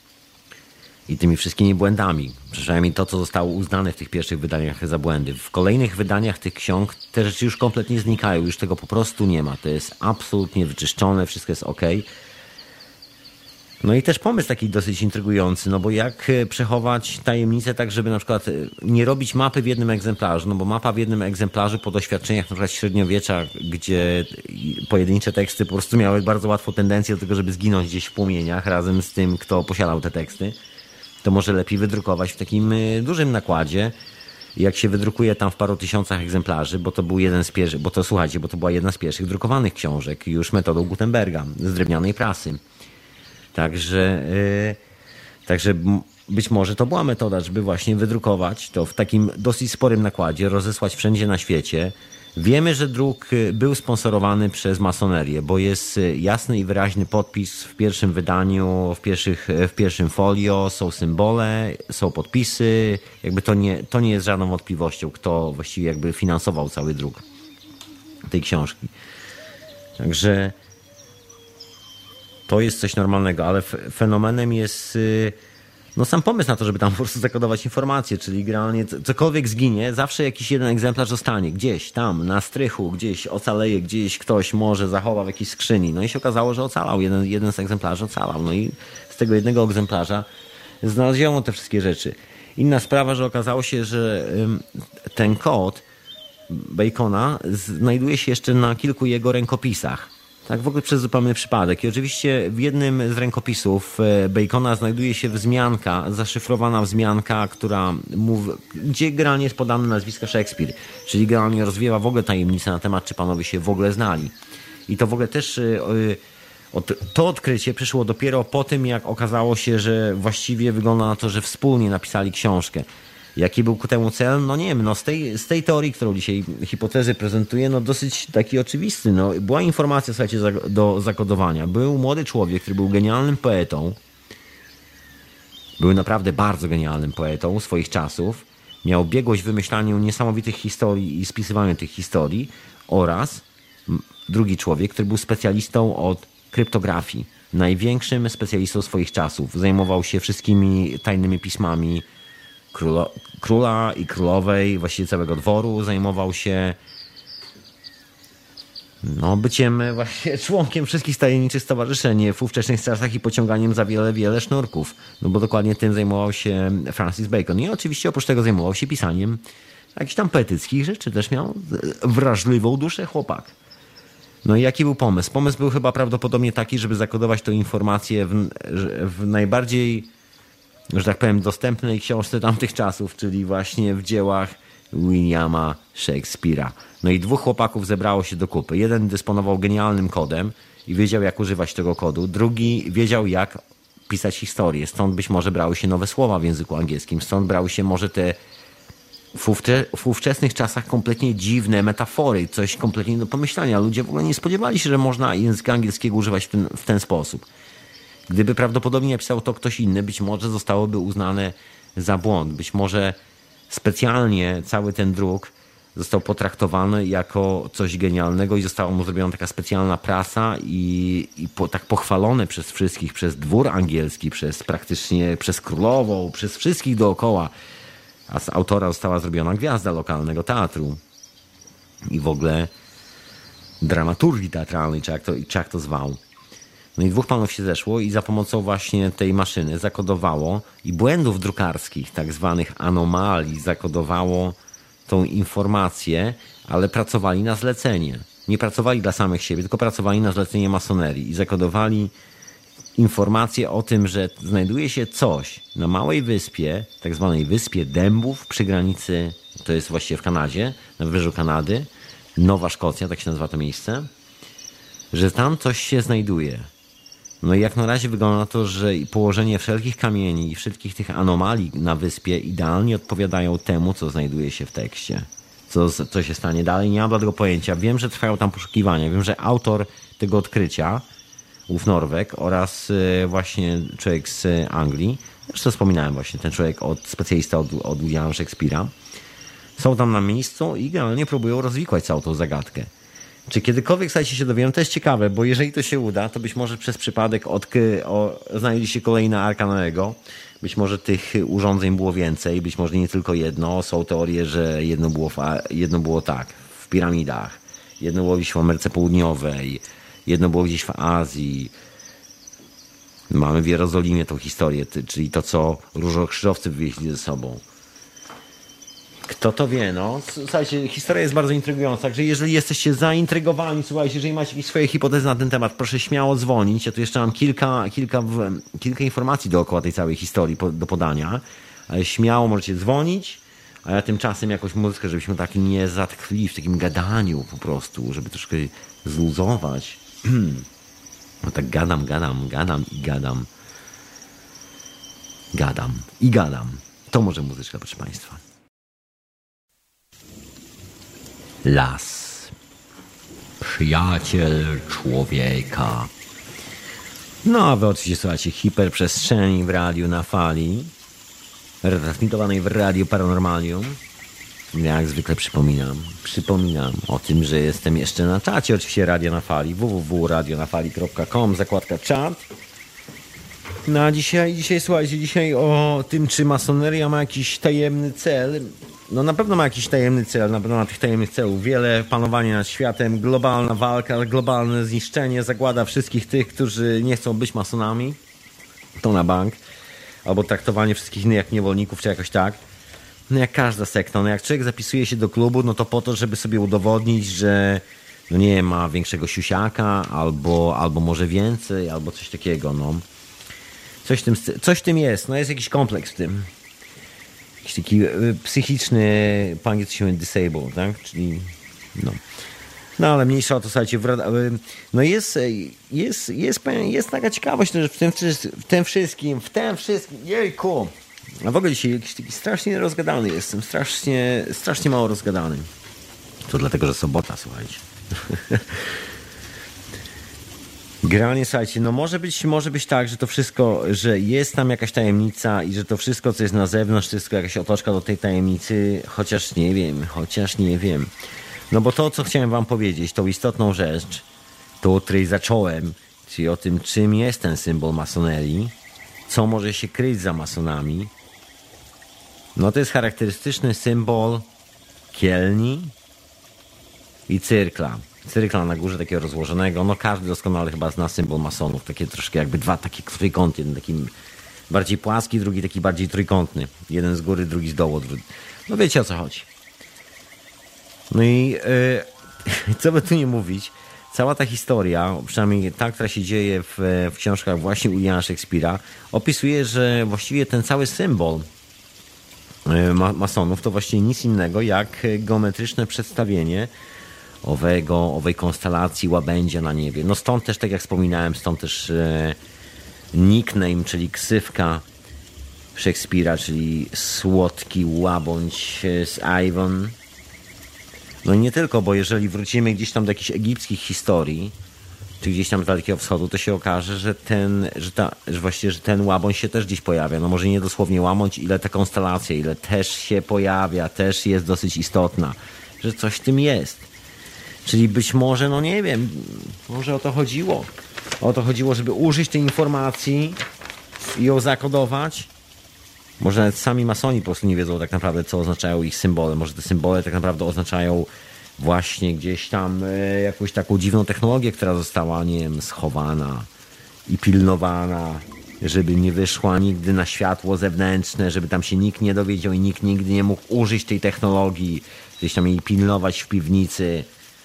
i tymi wszystkimi błędami. Przynajmniej to, co zostało uznane w tych pierwszych wydaniach za błędy. W kolejnych wydaniach tych ksiąg te rzeczy już kompletnie znikają, już tego po prostu nie ma. To jest absolutnie wyczyszczone, wszystko jest okej. No i też pomysł taki dosyć intrygujący, no bo jak przechować tajemnicę tak, żeby na przykład nie robić mapy w jednym egzemplarzu, no bo mapa w jednym egzemplarzu po doświadczeniach na przykład średniowiecza, gdzie pojedyncze teksty po prostu miały bardzo łatwo tendencję do tego, żeby zginąć gdzieś w płomieniach razem z tym, kto posiadał te teksty, to może lepiej wydrukować w takim dużym nakładzie. Jak się wydrukuje tam w paru tysiącach egzemplarzy, bo to był jeden z pierwszych, bo to słuchajcie, bo to była jedna z pierwszych drukowanych książek już metodą Gutenberga z drewnianej prasy. Także, yy, także być może to była metoda, żeby właśnie wydrukować to w takim dosyć sporym nakładzie, rozesłać wszędzie na świecie. Wiemy, że druk był sponsorowany przez masonerię, bo jest jasny i wyraźny podpis w pierwszym wydaniu, w, pierwszych, w pierwszym folio, są symbole, są podpisy. Jakby to nie, to nie jest żadną wątpliwością, kto właściwie jakby finansował cały druk tej książki. Także to jest coś normalnego, ale fenomenem jest no sam pomysł na to, żeby tam po prostu zakodować informacje, czyli generalnie cokolwiek zginie, zawsze jakiś jeden egzemplarz zostanie gdzieś tam, na strychu, gdzieś ocaleje, gdzieś ktoś może zachowa w jakiejś skrzyni. No i się okazało, że ocalał, jeden, jeden z egzemplarzy ocalał. No i z tego jednego egzemplarza znaleziono te wszystkie rzeczy. Inna sprawa, że okazało się, że ten kod Bacona znajduje się jeszcze na kilku jego rękopisach. Tak w ogóle przez zupełny przypadek. I oczywiście w jednym z rękopisów Bacona znajduje się wzmianka, zaszyfrowana wzmianka, która mówi, gdzie generalnie jest podane nazwisko Shakespeare. Czyli generalnie rozwiewa w ogóle tajemnicę na temat, czy panowie się w ogóle znali. I to w ogóle też to odkrycie przyszło dopiero po tym, jak okazało się, że właściwie wygląda na to, że wspólnie napisali książkę. Jaki był ku temu cel? No nie wiem, no z tej, z tej teorii, którą dzisiaj hipotezy prezentuję, no dosyć taki oczywisty. No, była informacja, słuchajcie, do zakodowania. Był młody człowiek, który był genialnym poetą. Był naprawdę bardzo genialnym poetą swoich czasów. Miał biegłość w wymyślaniu niesamowitych historii i spisywaniu tych historii. Oraz drugi człowiek, który był specjalistą od kryptografii. Największym specjalistą swoich czasów. Zajmował się wszystkimi tajnymi pismami Króla, króla i królowej, właściwie całego dworu, zajmował się no, byciem właśnie członkiem wszystkich tajemniczych stowarzyszeń w ówczesnych czasach i pociąganiem za wiele, wiele sznurków. No bo dokładnie tym zajmował się Francis Bacon. I oczywiście oprócz tego zajmował się pisaniem jakichś tam poetyckich rzeczy. Też miał wrażliwą duszę chłopak. No i jaki był pomysł? Pomysł był chyba prawdopodobnie taki, żeby zakodować tę informację w, w najbardziej, że tak powiem, dostępnej książce tamtych czasów, czyli właśnie w dziełach Williama Shakespeare'a. No i dwóch chłopaków zebrało się do kupy. Jeden dysponował genialnym kodem i wiedział, jak używać tego kodu. Drugi wiedział, jak pisać historię. Stąd być może brały się nowe słowa w języku angielskim. Stąd brały się może te w, ówcze, w ówczesnych czasach kompletnie dziwne metafory, coś kompletnie do pomyślenia. Ludzie w ogóle nie spodziewali się, że można języka angielskiego używać w ten, w ten sposób. Gdyby prawdopodobnie napisał to ktoś inny, być może zostałoby uznane za błąd. Być może specjalnie cały ten druk został potraktowany jako coś genialnego i została mu zrobiona taka specjalna prasa i, i po, tak pochwalone przez wszystkich, przez dwór angielski, przez praktycznie, przez królową, przez wszystkich dookoła. A z autora została zrobiona gwiazda lokalnego teatru i w ogóle dramaturgii teatralnej, czy jak to, czy jak to zwał. No i dwóch panów się zeszło i za pomocą właśnie tej maszyny zakodowało i błędów drukarskich, tak zwanych anomalii, zakodowało tą informację, ale pracowali na zlecenie. Nie pracowali dla samych siebie, tylko pracowali na zlecenie masonerii i zakodowali informację o tym, że znajduje się coś na małej wyspie, tak zwanej wyspie Dębów przy granicy, to jest właściwie w Kanadzie, na wybrzeżu Kanady, Nowa Szkocja, tak się nazywa to miejsce. że tam coś się znajduje. No i jak na razie wygląda na to, że położenie wszelkich kamieni i wszystkich tych anomalii na wyspie idealnie odpowiadają temu, co znajduje się w tekście. Co, co się stanie dalej, nie mam bladego pojęcia. Wiem, że trwają tam poszukiwania. Wiem, że autor tego odkrycia, ów Norweg oraz właśnie człowiek z Anglii, zresztą wspominałem właśnie, ten człowiek, od specjalista od, od Williama Shakespeare'a, są tam na miejscu i generalnie próbują rozwikłać całą tą zagadkę. Czy kiedykolwiek, słuchajcie, się dowiemy? To jest ciekawe, bo jeżeli to się uda, to być może przez przypadek odkry... o... znajdzie się kolejna Arka Noego. Być może tych urządzeń było więcej, być może nie tylko jedno. Są teorie, że jedno było, fa... jedno było tak, w piramidach, jedno było gdzieś w Ameryce Południowej, jedno było gdzieś w Azji. Mamy w Jerozolimie tą historię, czyli to, co różokrzyżowcy wywieźli ze sobą. Kto to wie, no. Słuchajcie, historia jest bardzo intrygująca, także jeżeli jesteście zaintrygowani, słuchajcie, jeżeli macie jakieś swoje hipotezy na ten temat, proszę śmiało dzwonić. Ja tu jeszcze mam kilka, kilka, kilka informacji dookoła tej całej historii do podania, ale śmiało możecie dzwonić, a ja tymczasem jakąś muzykę, żebyśmy tak nie zatkli w takim gadaniu po prostu, żeby troszkę zluzować. No tak gadam, gadam, gadam i gadam. Gadam i gadam. To może muzyczka, proszę Państwa. Las. Przyjaciel człowieka. No a wy oczywiście słuchacie hiperprzestrzeni w radiu na fali, retransmitowanej w Radiu Paranormalium. Jak zwykle przypominam, przypominam o tym, że jestem jeszcze na czacie oczywiście Radia na Fali, w w w kropka radio na fali kropka com, zakładka czat. No a dzisiaj, dzisiaj słuchajcie, dzisiaj o tym, czy masoneria ma jakiś tajemny cel. No na pewno ma jakiś tajemny cel, na pewno ma tych tajemnych celów wiele, panowanie nad światem, globalna walka, globalne zniszczenie, zagłada wszystkich tych, którzy nie chcą być masonami, to na bank, albo traktowanie wszystkich innych jak niewolników, czy jakoś tak. No jak każda sekta, no jak człowiek zapisuje się do klubu, no to po to, żeby sobie udowodnić, że no nie ma większego siusiaka, albo, albo może więcej, albo coś takiego, no. Coś w tym, coś w tym jest, no jest jakiś kompleks w tym. Jakiś taki psychiczny, po angielsku się mówi disabled, tak? Czyli, no. No ale mniejsza o to, słuchajcie, w, no jest, jest, jest, jest taka ciekawość, że w tym, w tym wszystkim, w tym wszystkim, jejku, a w ogóle dzisiaj jakiś taki strasznie rozgadany jestem, strasznie, strasznie mało rozgadany. To dlatego, że sobota, słuchajcie. Generalnie, słuchajcie, no może być, może być tak, że to wszystko, że jest tam jakaś tajemnica i że to wszystko, co jest na zewnątrz, to jest jakaś otoczka do tej tajemnicy, chociaż nie wiem, chociaż nie wiem. No bo to, co chciałem wam powiedzieć, tą istotną rzecz, to o której zacząłem, czyli o tym, czym jest ten symbol masonerii, co może się kryć za masonami, no to jest charakterystyczny symbol kielni i cyrkla. Cyrkla na górze takiego rozłożonego, no każdy doskonale chyba zna symbol masonów, takie troszkę jakby dwa takie trójkąty, jeden taki bardziej płaski, drugi taki bardziej trójkątny, jeden z góry, drugi z dołu, drugi... no wiecie o co chodzi. No i yy, co by tu nie mówić, cała ta historia, przynajmniej ta, która się dzieje w, w książkach właśnie Williama Shakespeare'a, opisuje, że właściwie ten cały symbol yy, ma, masonów to właściwie nic innego jak geometryczne przedstawienie owego, owej konstelacji łabędzia na niebie. No stąd też, tak jak wspominałem, stąd też e, nickname, czyli ksywka Shakespeare'a, czyli słodki łabędź z Avon. No i nie tylko, bo jeżeli wrócimy gdzieś tam do jakichś egipskich historii, czy gdzieś tam z Dalekiego Wschodu, to się okaże, że ten, że, ta, że właściwie, że ten łabędź się też gdzieś pojawia. No może nie dosłownie łabędź, ile ta konstelacja, ile też się pojawia, też jest dosyć istotna, że coś w tym jest. Czyli być może, no nie wiem, może o to chodziło. O to chodziło, żeby użyć tej informacji i ją zakodować. Może nawet sami masoni po prostu nie wiedzą tak naprawdę, co oznaczają ich symbole. Może te symbole tak naprawdę oznaczają właśnie gdzieś tam e, jakąś taką dziwną technologię, która została, nie wiem, schowana i pilnowana, żeby nie wyszła nigdy na światło zewnętrzne, żeby tam się nikt nie dowiedział i nikt nigdy nie mógł użyć tej technologii, gdzieś tam jej pilnować w piwnicy.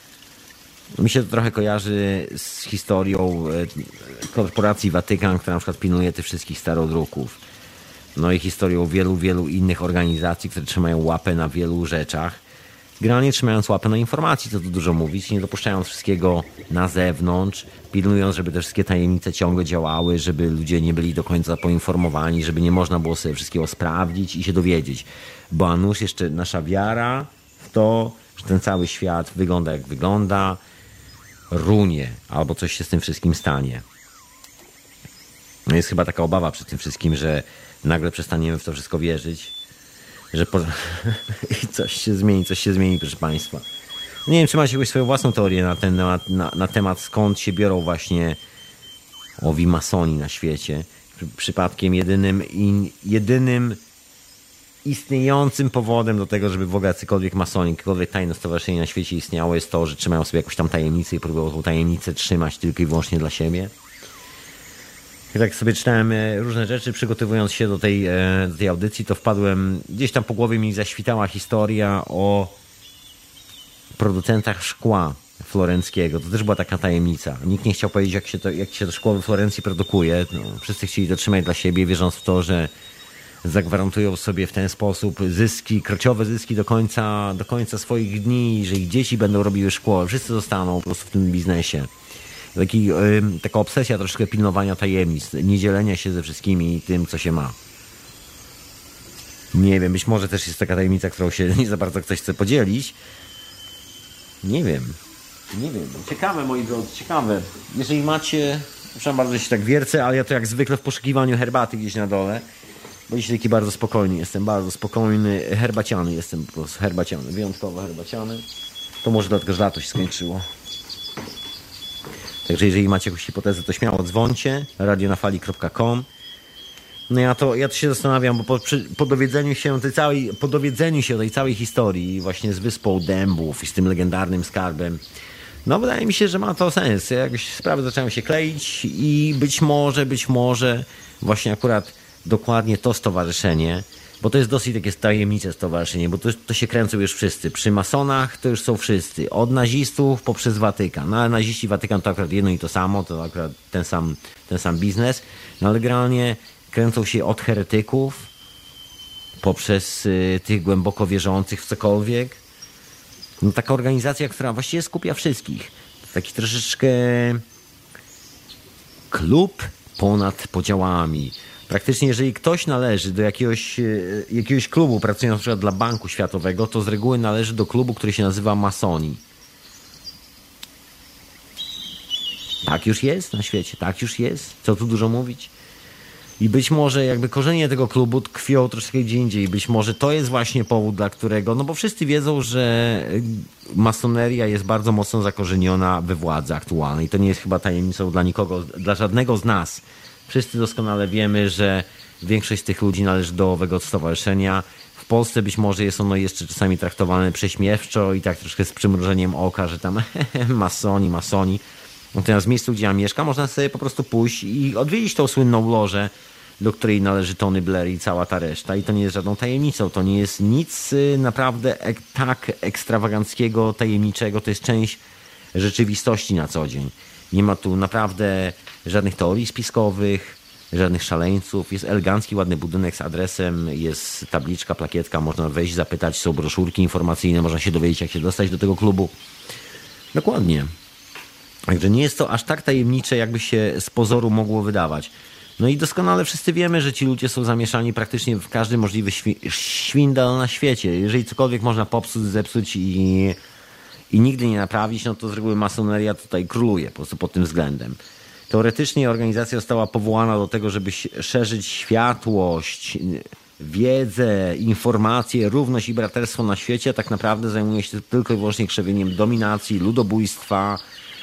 Mi się to trochę kojarzy z historią korporacji Watykan, która na przykład pilnuje tych wszystkich starodruków. No i historią wielu, wielu innych organizacji, które trzymają łapę na wielu rzeczach. Generalnie trzymając łapę na informacji, co tu dużo mówić, nie dopuszczając wszystkiego na zewnątrz, pilnując, żeby te wszystkie tajemnice ciągle działały, żeby ludzie nie byli do końca poinformowani, żeby nie można było sobie wszystkiego sprawdzić i się dowiedzieć. Bo a nuż jeszcze nasza wiara w to, że ten cały świat wygląda jak wygląda, runie, albo coś się z tym wszystkim stanie. Jest chyba taka obawa przed tym wszystkim, że nagle przestaniemy w to wszystko wierzyć, że po... i coś się zmieni, coś się zmieni, proszę Państwa. Nie wiem, czy macie jakąś swoją własną teorię na ten temat, na, na temat, skąd się biorą właśnie owi masoni na świecie. Przypadkiem jedynym, in, jedynym istniejącym powodem do tego, żeby w ogóle jacykolwiek masoni, jakiekolwiek tajne stowarzyszenie na świecie istniało, jest to, że trzymają sobie jakąś tam tajemnicę i próbują tą tajemnicę trzymać tylko i wyłącznie dla siebie. I tak sobie czytałem różne rzeczy, przygotowując się do tej, do tej audycji, to wpadłem, gdzieś tam po głowie mi zaświtała historia o producentach szkła florenckiego. To też była taka tajemnica. Nikt nie chciał powiedzieć, jak się to, jak się to szkło we Florencji produkuje. No, wszyscy chcieli to trzymać dla siebie, wierząc w to, że zagwarantują sobie w ten sposób zyski, krociowe zyski do końca, do końca swoich dni, że ich dzieci będą robiły szkło. Wszyscy zostaną po prostu w tym biznesie. Taki, y, taka obsesja troszkę pilnowania tajemnic, nie dzielenia się ze wszystkimi tym, co się ma. Nie wiem, być może też jest taka tajemnica, którą się nie za bardzo ktoś chce podzielić. Nie wiem. Nie wiem. Ciekawe, moi drodzy, ciekawe. Jeżeli macie... Przepraszam bardzo, że się tak wiercę, ale ja to jak zwykle w poszukiwaniu herbaty gdzieś na dole. Bo dzisiaj taki bardzo spokojny jestem, bardzo spokojny, herbaciany jestem po prostu, herbaciany, wyjątkowo herbaciany. To może dlatego, że lato się skończyło. Także jeżeli macie jakąś hipotezę, to śmiało dzwońcie, radionafali kropka com. No ja to, ja to się zastanawiam, bo po, przy, po, dowiedzeniu się tej całej, po dowiedzeniu się tej całej historii właśnie z Wyspą Dębów i z tym legendarnym skarbem, no wydaje mi się, że ma to sens. Jakieś sprawy zaczęły się kleić i być może, być może właśnie akurat dokładnie to stowarzyszenie, bo to jest dosyć takie tajemnicze stowarzyszenie, bo to, to się kręcą już wszyscy. Przy masonach to już są wszyscy. Od nazistów poprzez Watykan. No ale naziści, Watykan to akurat jedno i to samo, to akurat ten sam, ten sam biznes. No ale generalnie kręcą się od heretyków poprzez y, tych głęboko wierzących w cokolwiek. No taka organizacja, która właściwie skupia wszystkich. Taki troszeczkę klub ponad podziałami. Praktycznie jeżeli ktoś należy do jakiegoś, jakiegoś klubu, pracując na przykład dla Banku Światowego, to z reguły należy do klubu, który się nazywa masoni. Tak już jest na świecie, tak już jest. Co tu dużo mówić? I być może jakby korzenie tego klubu tkwią troszkę gdzie indziej. Być może to jest właśnie powód, dla którego, no bo wszyscy wiedzą, że masoneria jest bardzo mocno zakorzeniona we władzy aktualnej. To nie jest chyba tajemnicą dla nikogo, dla żadnego z nas. Wszyscy doskonale wiemy, że większość z tych ludzi należy do owego stowarzyszenia. W Polsce być może jest ono jeszcze czasami traktowane prześmiewczo i tak troszkę z przymrużeniem oka, że tam masoni, masoni. Natomiast w miejscu, gdzie ja mieszkam, można sobie po prostu pójść i odwiedzić tą słynną lożę, do której należy Tony Blair i cała ta reszta. I to nie jest żadną tajemnicą. To nie jest nic naprawdę ek- tak ekstrawaganckiego, tajemniczego. To jest część rzeczywistości na co dzień. Nie ma tu naprawdę żadnych teorii spiskowych, żadnych szaleńców. Jest elegancki, ładny budynek z adresem, jest tabliczka, plakietka, można wejść, zapytać, są broszurki informacyjne, można się dowiedzieć, jak się dostać do tego klubu. Dokładnie. Także nie jest to aż tak tajemnicze, jakby się z pozoru mogło wydawać. No i doskonale wszyscy wiemy, że ci ludzie są zamieszani praktycznie w każdy możliwy świ- szwindel na świecie. Jeżeli cokolwiek można popsuć, zepsuć i, i nigdy nie naprawić, no to z reguły masoneria tutaj króluje po prostu pod tym względem. Teoretycznie organizacja została powołana do tego, żeby szerzyć światłość, wiedzę, informacje, równość i braterstwo na świecie. Tak naprawdę zajmuje się tylko i wyłącznie krzewieniem dominacji, ludobójstwa,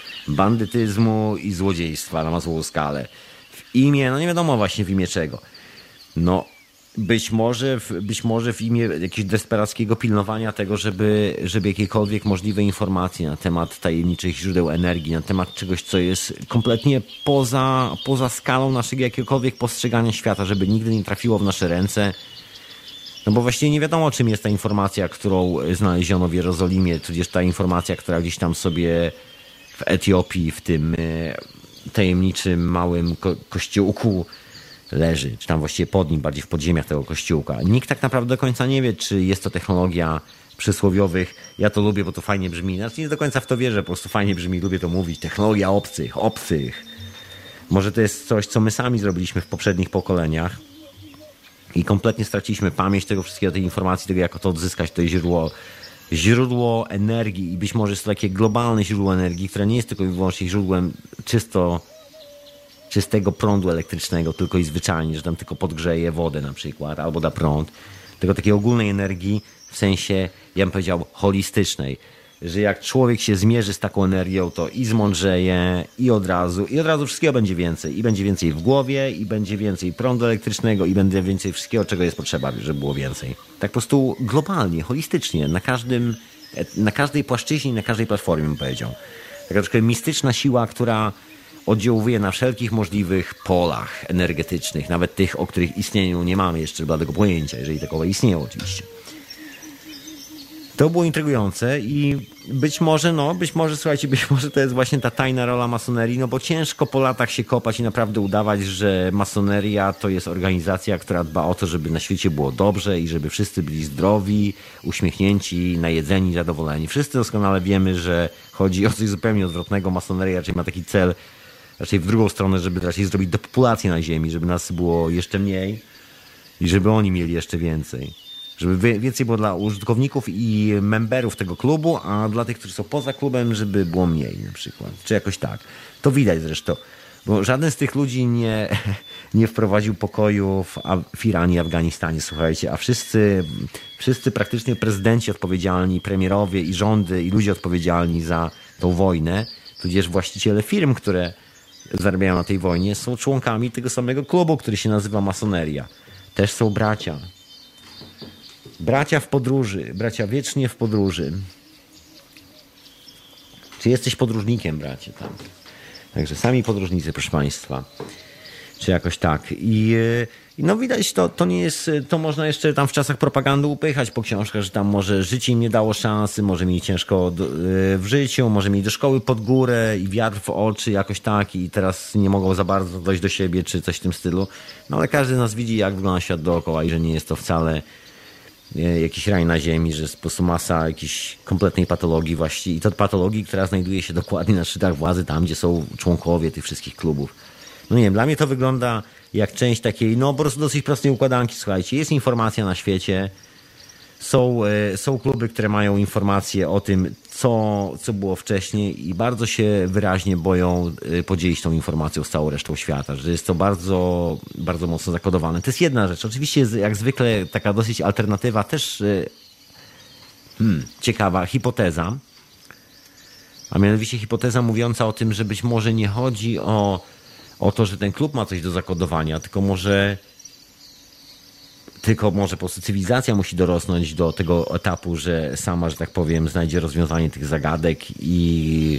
bandytyzmu i złodziejstwa na masową skalę. W imię, no nie wiadomo właśnie w imię czego. No być może, być może w imię jakiegoś desperackiego pilnowania tego, żeby, żeby jakiekolwiek możliwe informacje na temat tajemniczych źródeł energii, na temat czegoś, co jest kompletnie poza, poza skalą naszego jakiegokolwiek postrzegania świata, żeby nigdy nie trafiło w nasze ręce. No bo właściwie nie wiadomo, czym jest ta informacja, którą znaleziono w Jerozolimie, tudzież ta informacja, która gdzieś tam sobie w Etiopii, w tym tajemniczym małym ko- kościółku leży, czy tam właściwie pod nim, bardziej w podziemiach tego kościółka. Nikt tak naprawdę do końca nie wie, czy jest to technologia przysłowiowych. Ja to lubię, bo to fajnie brzmi. Znaczy nie do końca w to wierzę, po prostu fajnie brzmi, lubię to mówić. Technologia obcych, obcych. Może to jest coś, co my sami zrobiliśmy w poprzednich pokoleniach i kompletnie straciliśmy pamięć tego wszystkiego, tej informacji, tego jak to odzyskać, to źródło, źródło energii i być może jest to takie globalne źródło energii, które nie jest tylko i wyłącznie źródłem czysto czystego prądu elektrycznego, tylko i zwyczajnie, że tam tylko podgrzeje wodę na przykład, albo da prąd, tylko takiej ogólnej energii w sensie, ja bym powiedział, holistycznej, że jak człowiek się zmierzy z taką energią, to i zmądrzeje, i od razu, i od razu wszystkiego będzie więcej. I będzie więcej w głowie, i będzie więcej prądu elektrycznego, i będzie więcej wszystkiego, czego jest potrzeba, żeby było więcej. Tak po prostu globalnie, holistycznie, na każdym, na każdej płaszczyźnie, na każdej platformie, bym powiedział. Taka troszkę mistyczna siła, która oddziałuje na wszelkich możliwych polach energetycznych, nawet tych, o których istnieniu nie mamy jeszcze bladego pojęcia, jeżeli takowe istnieją oczywiście. To było intrygujące i być może, no, być może, słuchajcie, być może to jest właśnie ta tajna rola masonerii, no bo ciężko po latach się kopać i naprawdę udawać, że masoneria to jest organizacja, która dba o to, żeby na świecie było dobrze i żeby wszyscy byli zdrowi, uśmiechnięci, najedzeni, zadowoleni. Wszyscy doskonale wiemy, że chodzi o coś zupełnie odwrotnego. Masoneria raczej ma taki cel, raczej w drugą stronę, żeby raczej zrobić depopulację na ziemi, żeby nas było jeszcze mniej i żeby oni mieli jeszcze więcej. Żeby więcej było dla użytkowników i memberów tego klubu, a dla tych, którzy są poza klubem, żeby było mniej na przykład. Czy jakoś tak. To widać zresztą. Bo żaden z tych ludzi nie, nie wprowadził pokoju w, w Iranie i Afganistanie, słuchajcie. A wszyscy, wszyscy praktycznie prezydenci odpowiedzialni, premierowie i rządy i ludzie odpowiedzialni za tą wojnę, tudzież właściciele firm, które zarabiają na tej wojnie, są członkami tego samego klubu, który się nazywa masoneria. Też są bracia. Bracia w podróży, bracia wiecznie w podróży. Czy jesteś podróżnikiem, bracie? Tam. Także sami podróżnicy, proszę Państwa. Czy jakoś tak. I, i no widać, to, to nie jest, to można jeszcze tam w czasach propagandy upychać po książkach, że tam może życie im nie dało szansy, może mieli ciężko do, w życiu, może mieli do szkoły pod górę i wiatr w oczy, jakoś tak i teraz nie mogą za bardzo dojść do siebie, czy coś w tym stylu. No ale każdy z nas widzi, jak wygląda świat dookoła i że nie jest to wcale jakiś raj na ziemi, że jest po prostu masa jakiejś kompletnej patologii właściwie i to patologii, która znajduje się dokładnie na szczytach władzy, tam gdzie są członkowie tych wszystkich klubów. No nie wiem, dla mnie to wygląda jak część takiej, no po prostu dosyć prostej układanki, słuchajcie, jest informacja na świecie, są, są kluby, które mają informacje o tym, co, co było wcześniej i bardzo się wyraźnie boją podzielić tą informacją z całą resztą świata, że jest to bardzo, bardzo mocno zakodowane. To jest jedna rzecz. Oczywiście jak zwykle taka dosyć alternatywa, też hmm, ciekawa hipoteza, a mianowicie hipoteza mówiąca o tym, że być może nie chodzi o, o to, że ten klub ma coś do zakodowania, tylko może Tylko może po prostu cywilizacja musi dorosnąć do tego etapu, że sama, że tak powiem, znajdzie rozwiązanie tych zagadek i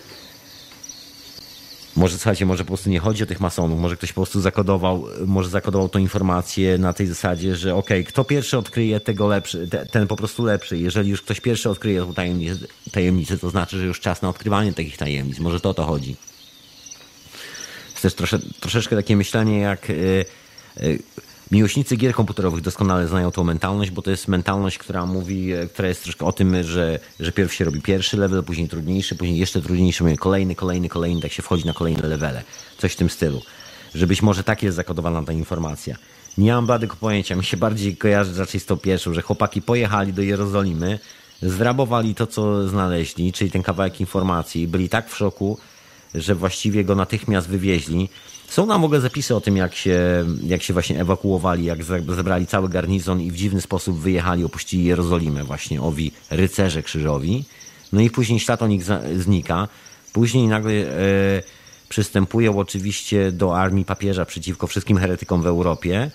może, słuchajcie, może po prostu nie chodzi o tych masonów, może ktoś po prostu zakodował, może zakodował tą informację na tej zasadzie, że okej, okay, kto pierwszy odkryje tego lepszy, te, ten po prostu lepszy. Jeżeli już ktoś pierwszy odkryje tą tajemnicę, tajemnicę, to znaczy, że już czas na odkrywanie takich tajemnic. Może to o to chodzi. Jest też trosze, troszeczkę takie myślenie jak... Yy, yy, Miłośnicy gier komputerowych doskonale znają tą mentalność, bo to jest mentalność, która mówi, która jest troszkę o tym, że, że pierw się robi pierwszy level, później trudniejszy, później jeszcze trudniejszy, kolejny, kolejny, kolejny, tak się wchodzi na kolejne levele. Coś w tym stylu. Że być może tak jest zakodowana ta informacja. Nie mam bladego pojęcia, mi się bardziej kojarzy raczej z tą pierwszą, że chłopaki pojechali do Jerozolimy, zrabowali to, co znaleźli, czyli ten kawałek informacji, byli tak w szoku, że właściwie go natychmiast wywieźli. Są nam w ogóle zapisy o tym, jak się, jak się właśnie ewakuowali, jak zebrali cały garnizon i w dziwny sposób wyjechali, opuścili Jerozolimę właśnie owi rycerze krzyżowi. No i później ślad o nich znika. Później nagle e, przystępują oczywiście do armii papieża przeciwko wszystkim heretykom w Europie.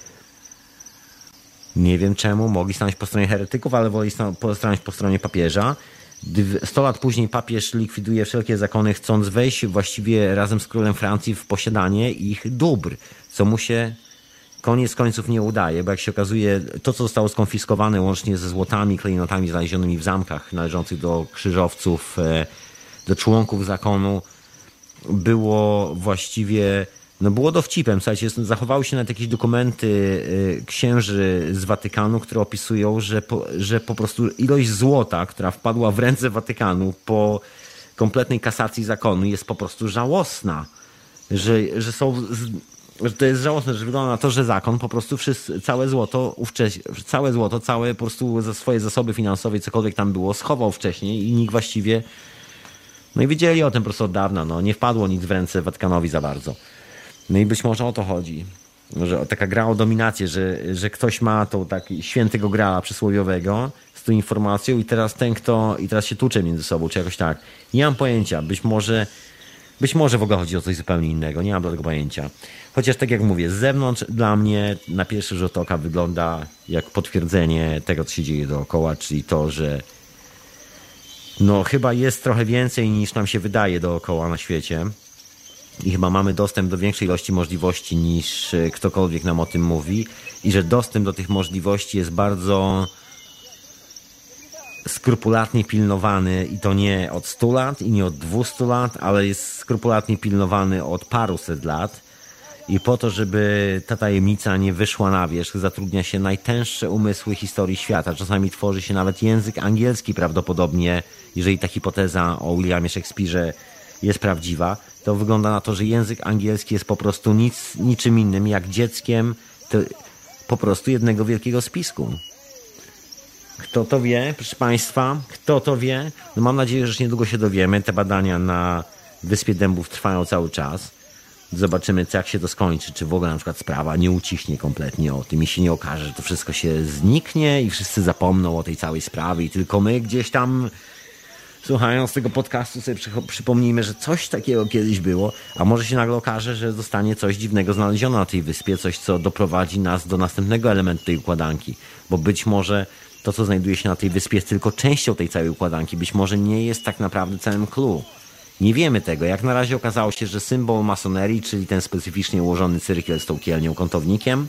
Nie wiem czemu, mogli stanąć po stronie heretyków, ale woli stanąć po stronie papieża. Sto lat później papież likwiduje wszelkie zakony, chcąc wejść właściwie razem z królem Francji w posiadanie ich dóbr, co mu się koniec końców nie udaje, bo jak się okazuje, to co zostało skonfiskowane łącznie ze złotami, klejnotami znalezionymi w zamkach należących do krzyżowców, do członków zakonu, było właściwie No było dowcipem, słuchajcie, zachowały się nawet jakieś dokumenty y, księży z Watykanu, które opisują, że po, że po prostu ilość złota, która wpadła w ręce Watykanu po kompletnej kasacji zakonu jest po prostu żałosna. Że, że są... Że to jest żałosne, że wygląda na to, że zakon po prostu wszyscy, całe złoto, ówcześnie, całe złoto, całe po prostu za swoje zasoby finansowe, cokolwiek tam było, schował wcześniej i nikt właściwie, no i wiedzieli o tym po prostu od dawna, no nie wpadło nic w ręce Watykanowi za bardzo. No i być może o to chodzi, że taka gra o dominację, że, że ktoś ma tą taki świętego grala przysłowiowego z tą informacją i teraz ten kto, i teraz się tłucze między sobą, czy jakoś tak. Nie mam pojęcia, być może Być może w ogóle chodzi o coś zupełnie innego, nie mam do tego pojęcia. Chociaż tak jak mówię, z zewnątrz dla mnie na pierwszy rzut oka wygląda jak potwierdzenie tego, co się dzieje dookoła, czyli to, że no chyba jest trochę więcej niż nam się wydaje dookoła na świecie i chyba mamy dostęp do większej ilości możliwości niż ktokolwiek nam o tym mówi i że dostęp do tych możliwości jest bardzo skrupulatnie pilnowany i to nie od stu lat i nie od dwustu lat, ale jest skrupulatnie pilnowany od paruset lat i po to, żeby ta tajemnica nie wyszła na wierzch, zatrudnia się najtęższe umysły historii świata. Czasami tworzy się nawet język angielski prawdopodobnie, jeżeli ta hipoteza o Williamie Shakespeare'ze jest prawdziwa, to wygląda na to, że język angielski jest po prostu nic, niczym innym jak dzieckiem to po prostu jednego wielkiego spisku. Kto to wie, proszę Państwa? Kto to wie? No mam nadzieję, że już niedługo się dowiemy. Te badania na Wyspie Dębów trwają cały czas. Zobaczymy, jak się to skończy. Czy w ogóle na przykład sprawa nie ucichnie kompletnie o tym i się nie okaże, że to wszystko się zniknie i wszyscy zapomną o tej całej sprawie i tylko my gdzieś tam słuchając tego podcastu sobie przypomnijmy, że coś takiego kiedyś było, a może się nagle okaże, że zostanie coś dziwnego znalezione na tej wyspie, coś, co doprowadzi nas do następnego elementu tej układanki, bo być może to, co znajduje się na tej wyspie, jest tylko częścią tej całej układanki. Być może nie jest tak naprawdę całym clue. Nie wiemy tego. Jak na razie okazało się, że symbol masonerii, czyli ten specyficznie ułożony cyrkiel z tą kielnią, kątownikiem,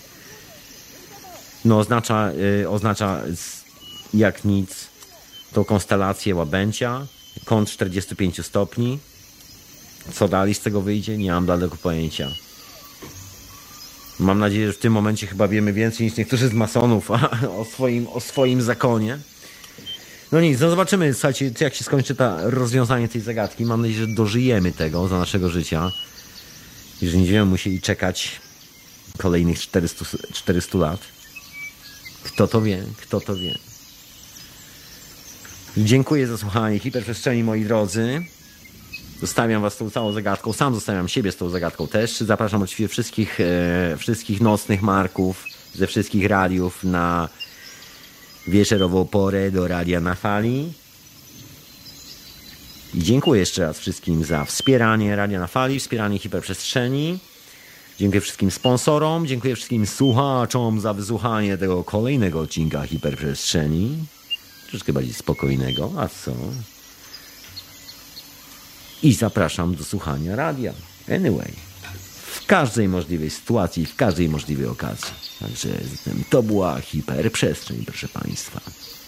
no oznacza, yy, oznacza jak nic tą konstelację łabędzia, kąt czterdziestu pięciu stopni. Co dalej z tego wyjdzie? Nie mam daleko pojęcia. Mam nadzieję, że w tym momencie chyba wiemy więcej niż niektórzy z masonów o swoim, o swoim zakonie. No nic, no zobaczymy, słuchajcie, jak się skończy ta rozwiązanie tej zagadki. Mam nadzieję, że dożyjemy tego za naszego życia. I że nie będziemy musieli czekać kolejnych czterystu, czterystu lat. Kto to wie? Kto to wie? Dziękuję za słuchanie Hiperprzestrzeni, moi drodzy. Zostawiam was z tą całą zagadką. Sam zostawiam siebie z tą zagadką też. Zapraszam oczywiście wszystkich, e, wszystkich nocnych marków ze wszystkich radiów na wieczorową porę do Radia na Fali. I dziękuję jeszcze raz wszystkim za wspieranie Radia na Fali, wspieranie Hiperprzestrzeni. Dziękuję wszystkim sponsorom, dziękuję wszystkim słuchaczom za wysłuchanie tego kolejnego odcinka Hiperprzestrzeni. Troszkę bardziej spokojnego, a co? I zapraszam do słuchania radia. Anyway. W każdej możliwej sytuacji, w każdej możliwej okazji. Także to była Hiperprzestrzeń, proszę Państwa.